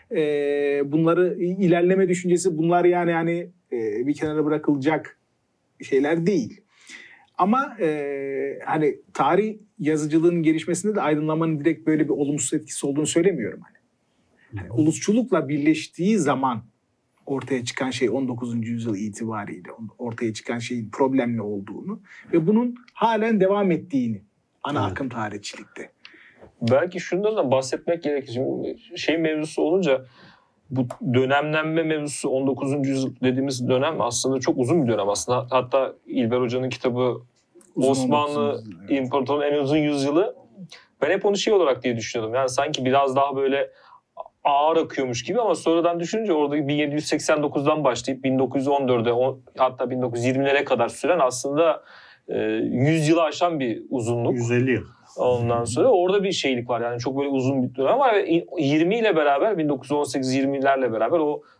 bunları ilerleme düşüncesi, bunlar yani bir kenara bırakılacak şeyler değil. Ama hani tarih yazıcılığının gelişmesinde de aydınlanmanın direkt böyle bir olumsuz etkisi olduğunu söylemiyorum. Yani ulusçulukla birleştiği zaman ortaya çıkan şey 19. yüzyıl itibariyle ortaya çıkan şeyin problemli olduğunu ve bunun halen devam ettiğini ana akım tarihçilikte. Belki şundan da bahsetmek gerekir. Şimdi mevzusu olunca bu dönemlenme mevzusu 19. yüzyıl dediğimiz dönem aslında çok uzun bir dönem aslında. Hatta İlber Hoca'nın kitabı Osmanlı İmparatorluğu'nun en uzun yüzyılı. Ben hep onu olarak diye düşünüyordum. Yani sanki biraz daha böyle ağır akıyormuş gibi ama sonradan düşününce orada 1789'dan başlayıp 1914'e hatta 1920'lere kadar süren aslında 100 yılı aşan bir uzunluk. 150 yıl. Ondan sonra orada bir şeylik var. Yani çok böyle uzun bir dönem var. 20 ile beraber 1918-20'lerle beraber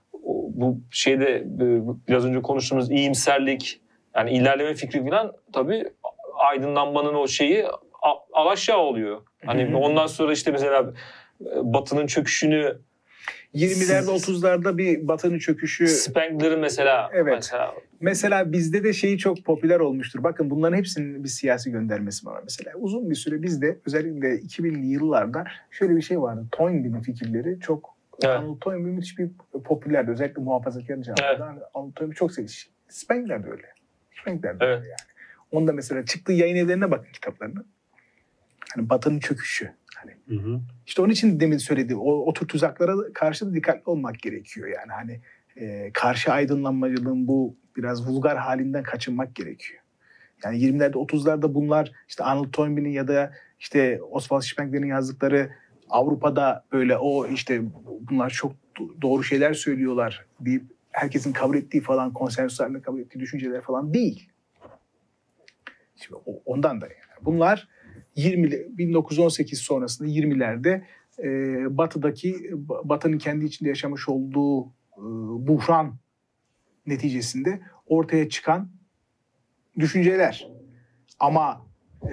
bu şeyde biraz önce konuştuğumuz iyimserlik, yani ilerleme fikri falan tabii aydınlanmanın o şeyi alaşağı oluyor. Hani ondan sonra işte mesela Batı'nın çöküşünü 20'lerde 30'larda bir Batı'nın çöküşü. Spengler'ın mesela. Evet. Mesela bizde de şeyi çok popüler olmuştur. Bakın bunların hepsinin bir siyasi göndermesi var mesela. Uzun bir süre bizde özellikle 2000'li yıllarda şöyle bir şey vardı. Toynbee'nin fikirleri çok. Evet. Arnold Toynbee müthiş bir popülerdi. Özellikle muhafazakar camiada. Evet. Arnold Toynbee çok sevmiş. Spengler de öyle. Spengler de öyle yani. Onda mesela çıktığı yayın evlerine bakın, kitaplarına. Hani Batı'nın çöküşü. İşte onun için demin söylediğim o tür tuzaklara karşı da dikkatli olmak gerekiyor. Yani hani karşı aydınlanmacılığın bu biraz vulgar halinden kaçınmak gerekiyor. Yani 20'lerde 30'larda bunlar işte Arnold Toynbee'nin ya da işte Oswald Spengler'in yazdıkları Avrupa'da böyle o işte bunlar çok doğru şeyler söylüyorlar deyip herkesin kabul ettiği falan, konsensüslerle kabul ettiği düşünceler falan değil. Şimdi ondan da yani. Bunlar 1918 sonrasında 20'lerde Batı'nın kendi içinde yaşamış olduğu buhran neticesinde ortaya çıkan düşünceler. Ama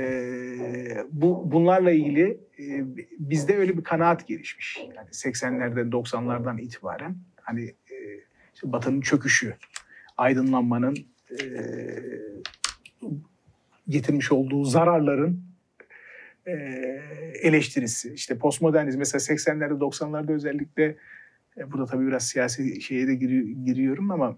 bunlarla ilgili bizde öyle bir kanaat gelişmiş. Yani 80'lerden 90'lardan itibaren hani işte Batı'nın çöküşü, aydınlanmanın getirmiş olduğu zararların eleştirisi. İşte postmodernizm mesela 80'lerde 90'larda özellikle burada tabii biraz siyasi şeye de giriyorum ama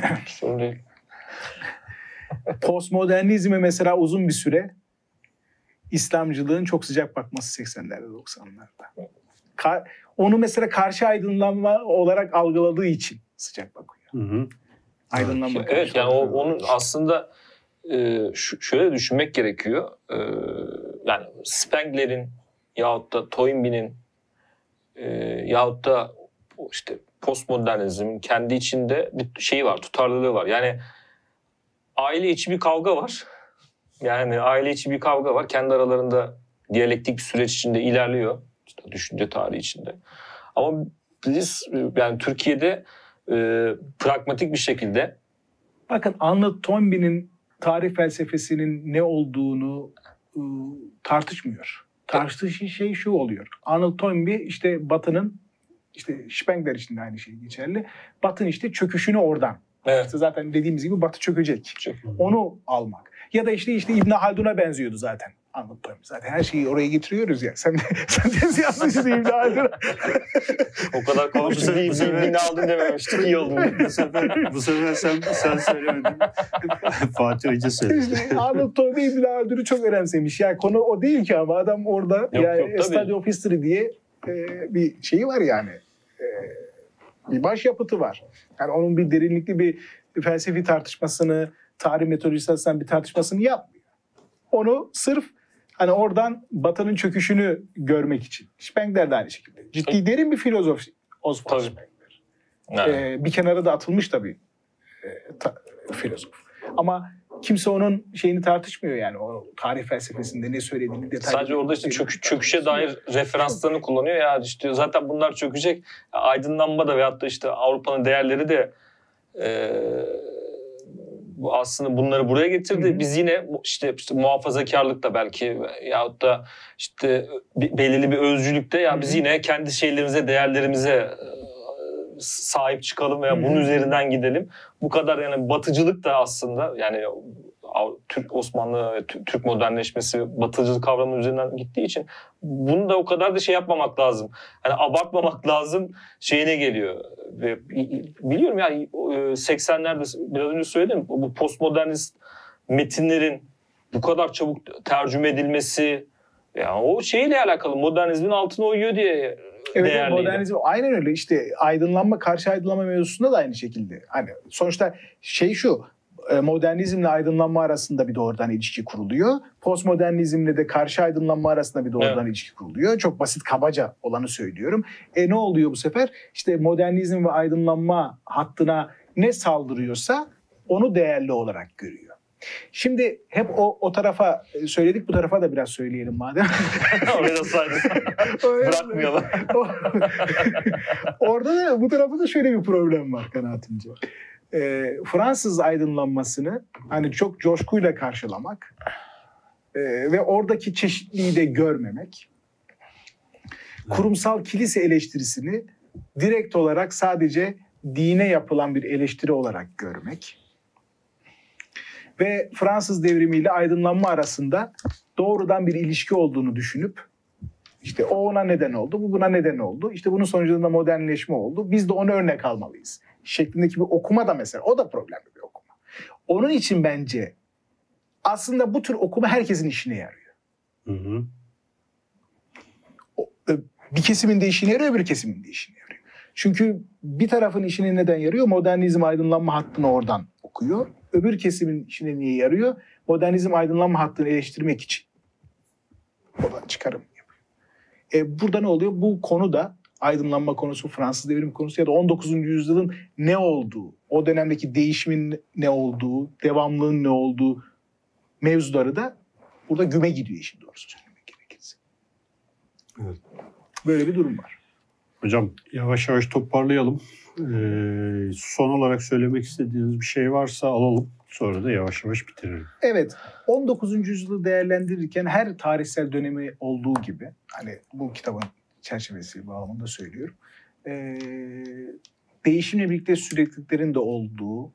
postmodernizme mesela uzun bir süre İslamcılığın çok sıcak bakması 80'lerde 90'larda. Onu mesela karşı aydınlanma olarak algıladığı için sıcak bakıyor. Aydınlanma. Evet, yani onun aslında şöyle düşünmek gerekiyor. Yani Spengler'in yahut da Toynbee'nin yahut da işte postmodernizmin kendi içinde bir şeyi var, tutarlılığı var. Yani aile içi bir kavga var. Yani aile içi bir kavga var. Kendi aralarında diyalektik bir süreç içinde ilerliyor. İşte düşünce tarihi içinde. Ama biz yani Türkiye'de pragmatik bir şekilde. Bakın Arnold Toynbee'nin tarih felsefesinin ne olduğunu tartışmıyor. Tartıştığı şey şu oluyor. Arnold Toynbee işte Batı'nın, işte Spengler için de aynı şey geçerli. Batı'nın işte çöküşünü oradan. Evet. İşte zaten dediğimiz gibi Batı çökecek. Çok. Onu almak. Ya da işte İbn Haldun'a benziyordu zaten. Anlattım. Zaten her şeyi oraya getiriyoruz ya. Sen tezi yazmışsın İbn Haldun'a. O kadar konuştu değil. İbn Haldun dememiştik. İyi oldu. Bu sefer sen söylemedin. Fatih Hoca söyledi. İşte Arnold Toynbee İbn Haldun'u çok önemsemiş. Yani konu o değil ki ama adam orada yok, yani Study of History diye bir şeyi var yani. Bir başyapıtı var. Yani onun bir derinlikli bir felsefi tartışmasını, tarih metodolojisi açısından bir tartışmasını yapmıyor. Onu sırf hani oradan Batı'nın çöküşünü görmek için. Spengler de aynı şekilde. Ciddi derin bir filozof Oswald Spengler. Evet. Bir kenara da atılmış tabii filozof. Ama kimse onun şeyini tartışmıyor yani. O tarih felsefesinde ne söylediğini detaylı. Sadece orada işte çöküşe dair referanslarını kullanıyor ya, işte zaten bunlar çökecek. Aydınlanma da veyahut da işte Avrupa'nın değerleri de bu aslında bunları buraya getirdi. Hı hı. Biz yine işte muhafazakarlık da belki yahut da işte belirli bir özcülükte ya biz yine kendi şeylerimize, değerlerimize sahip çıkalım veya bunun üzerinden gidelim. Bu kadar yani batıcılık da aslında yani Türk Osmanlı, Türk modernleşmesi batıcılık kavramı üzerinden gittiği için bunu da o kadar da şey yapmamak lazım. Yani abartmamak lazım şeyine geliyor. Ve biliyorum yani 80'lerde biraz önce söyledim, bu postmodernist metinlerin bu kadar çabuk tercüme edilmesi yani o şeyle alakalı, modernizmin altına uyuyor diye. Evet, modernizm aynen öyle. İşte aydınlanma, karşı aydınlanma mevzusunda da aynı şekilde. Hani sonuçta şey şu, modernizmle aydınlanma arasında bir doğrudan ilişki kuruluyor. Postmodernizmle de karşı aydınlanma arasında bir doğrudan ilişki kuruluyor. Çok basit, kabaca olanı söylüyorum. Ne oluyor bu sefer? İşte modernizm ve aydınlanma hattına ne saldırıyorsa onu değerli olarak görüyor. Şimdi hep o tarafa söyledik, bu tarafa da biraz söyleyelim madem. Oraya da saydık. Bırakmayalım. Orada da bu tarafta da şöyle bir problem var kanaatimce. Fransız aydınlanmasını hani çok coşkuyla karşılamak ve oradaki çeşitliliği de görmemek, kurumsal kilise eleştirisini direkt olarak sadece dine yapılan bir eleştiri olarak görmek ve Fransız devrimiyle aydınlanma arasında doğrudan bir ilişki olduğunu düşünüp işte o ona neden oldu, bu buna neden oldu, işte bunun sonucunda modernleşme oldu, biz de onu örnek almalıyız şeklindeki bir okuma da mesela, o da problemli bir okuma. Onun için bence aslında bu tür okuma herkesin işine yarıyor. Hı hı. Bir kesimin de işine yarıyor, öbür kesimin de işine yarıyor. Çünkü bir tarafın işine neden yarıyor? Modernizm aydınlanma hattını oradan okuyor. Öbür kesimin işine niye yarıyor? Modernizm aydınlanma hattını eleştirmek için. Oradan çıkarım yapıyor. Burada ne oluyor? Bu konu da aydınlanma konusu, Fransız devrimi konusu ya da 19. yüzyılın ne olduğu, o dönemdeki değişimin ne olduğu, devamlılığın ne olduğu mevzuları da burada güme gidiyor işin doğrusu söylemek gerekirse. Evet. Böyle bir durum var. Hocam yavaş yavaş toparlayalım. Son olarak söylemek istediğiniz bir şey varsa alalım. Sonra da yavaş yavaş bitirelim. Evet. 19. yüzyılı değerlendirirken her tarihsel dönemi olduğu gibi, hani bu kitabın çerçevesi bağlamında söylüyorum. Değişimle birlikte sürekliliklerin de olduğu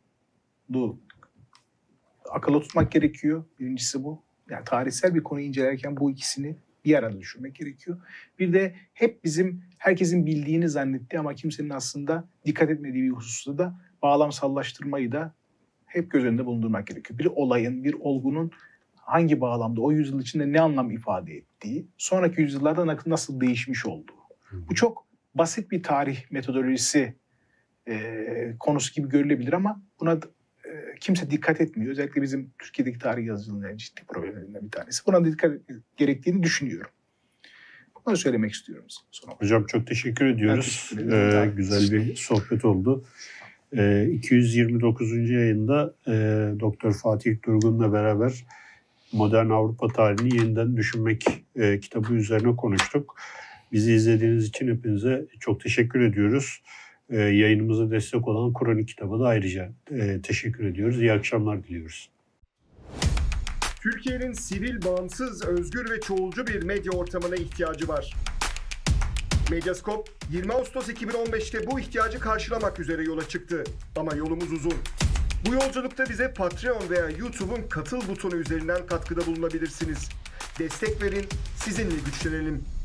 akılda tutmak gerekiyor. Birincisi bu. Yani tarihsel bir konuyu incelerken bu ikisini bir arada düşünmek gerekiyor. Bir de hep herkesin bildiğini zannettiği ama kimsenin aslında dikkat etmediği bir hususta da bağlamsallaştırmayı da hep göz önünde bulundurmak gerekiyor. Bir olayın, bir olgunun hangi bağlamda, o yüzyıl içinde ne anlam ifade ettiği, sonraki yüzyıllarda nasıl değişmiş olduğu. Bu çok basit bir tarih metodolojisi konusu gibi görülebilir ama buna kimse dikkat etmiyor. Özellikle bizim Türkiye'deki tarih yazıcılığının en ciddi problemlerinden bir tanesi. Buna dikkat gerektiğini düşünüyorum. Bunu söylemek istiyorum. Hocam çok teşekkür ediyoruz. Güzel bir sohbet oldu. 229. yayında Doktor Fatih Durgun'la beraber Modern Avrupa Tarihini Yeniden Düşünmek kitabı üzerine konuştuk. Bizi izlediğiniz için hepinize çok teşekkür ediyoruz. Yayınımıza destek olan Kronik kitabı da ayrıca teşekkür ediyoruz. İyi akşamlar diliyoruz. Türkiye'nin sivil, bağımsız, özgür ve çoğulcu bir medya ortamına ihtiyacı var. Medyascope 20 Ağustos 2015'te bu ihtiyacı karşılamak üzere yola çıktı. Ama yolumuz uzun. Bu yolculukta bize Patreon veya YouTube'un katıl butonu üzerinden katkıda bulunabilirsiniz. Destek verin, sizinle güçlenelim.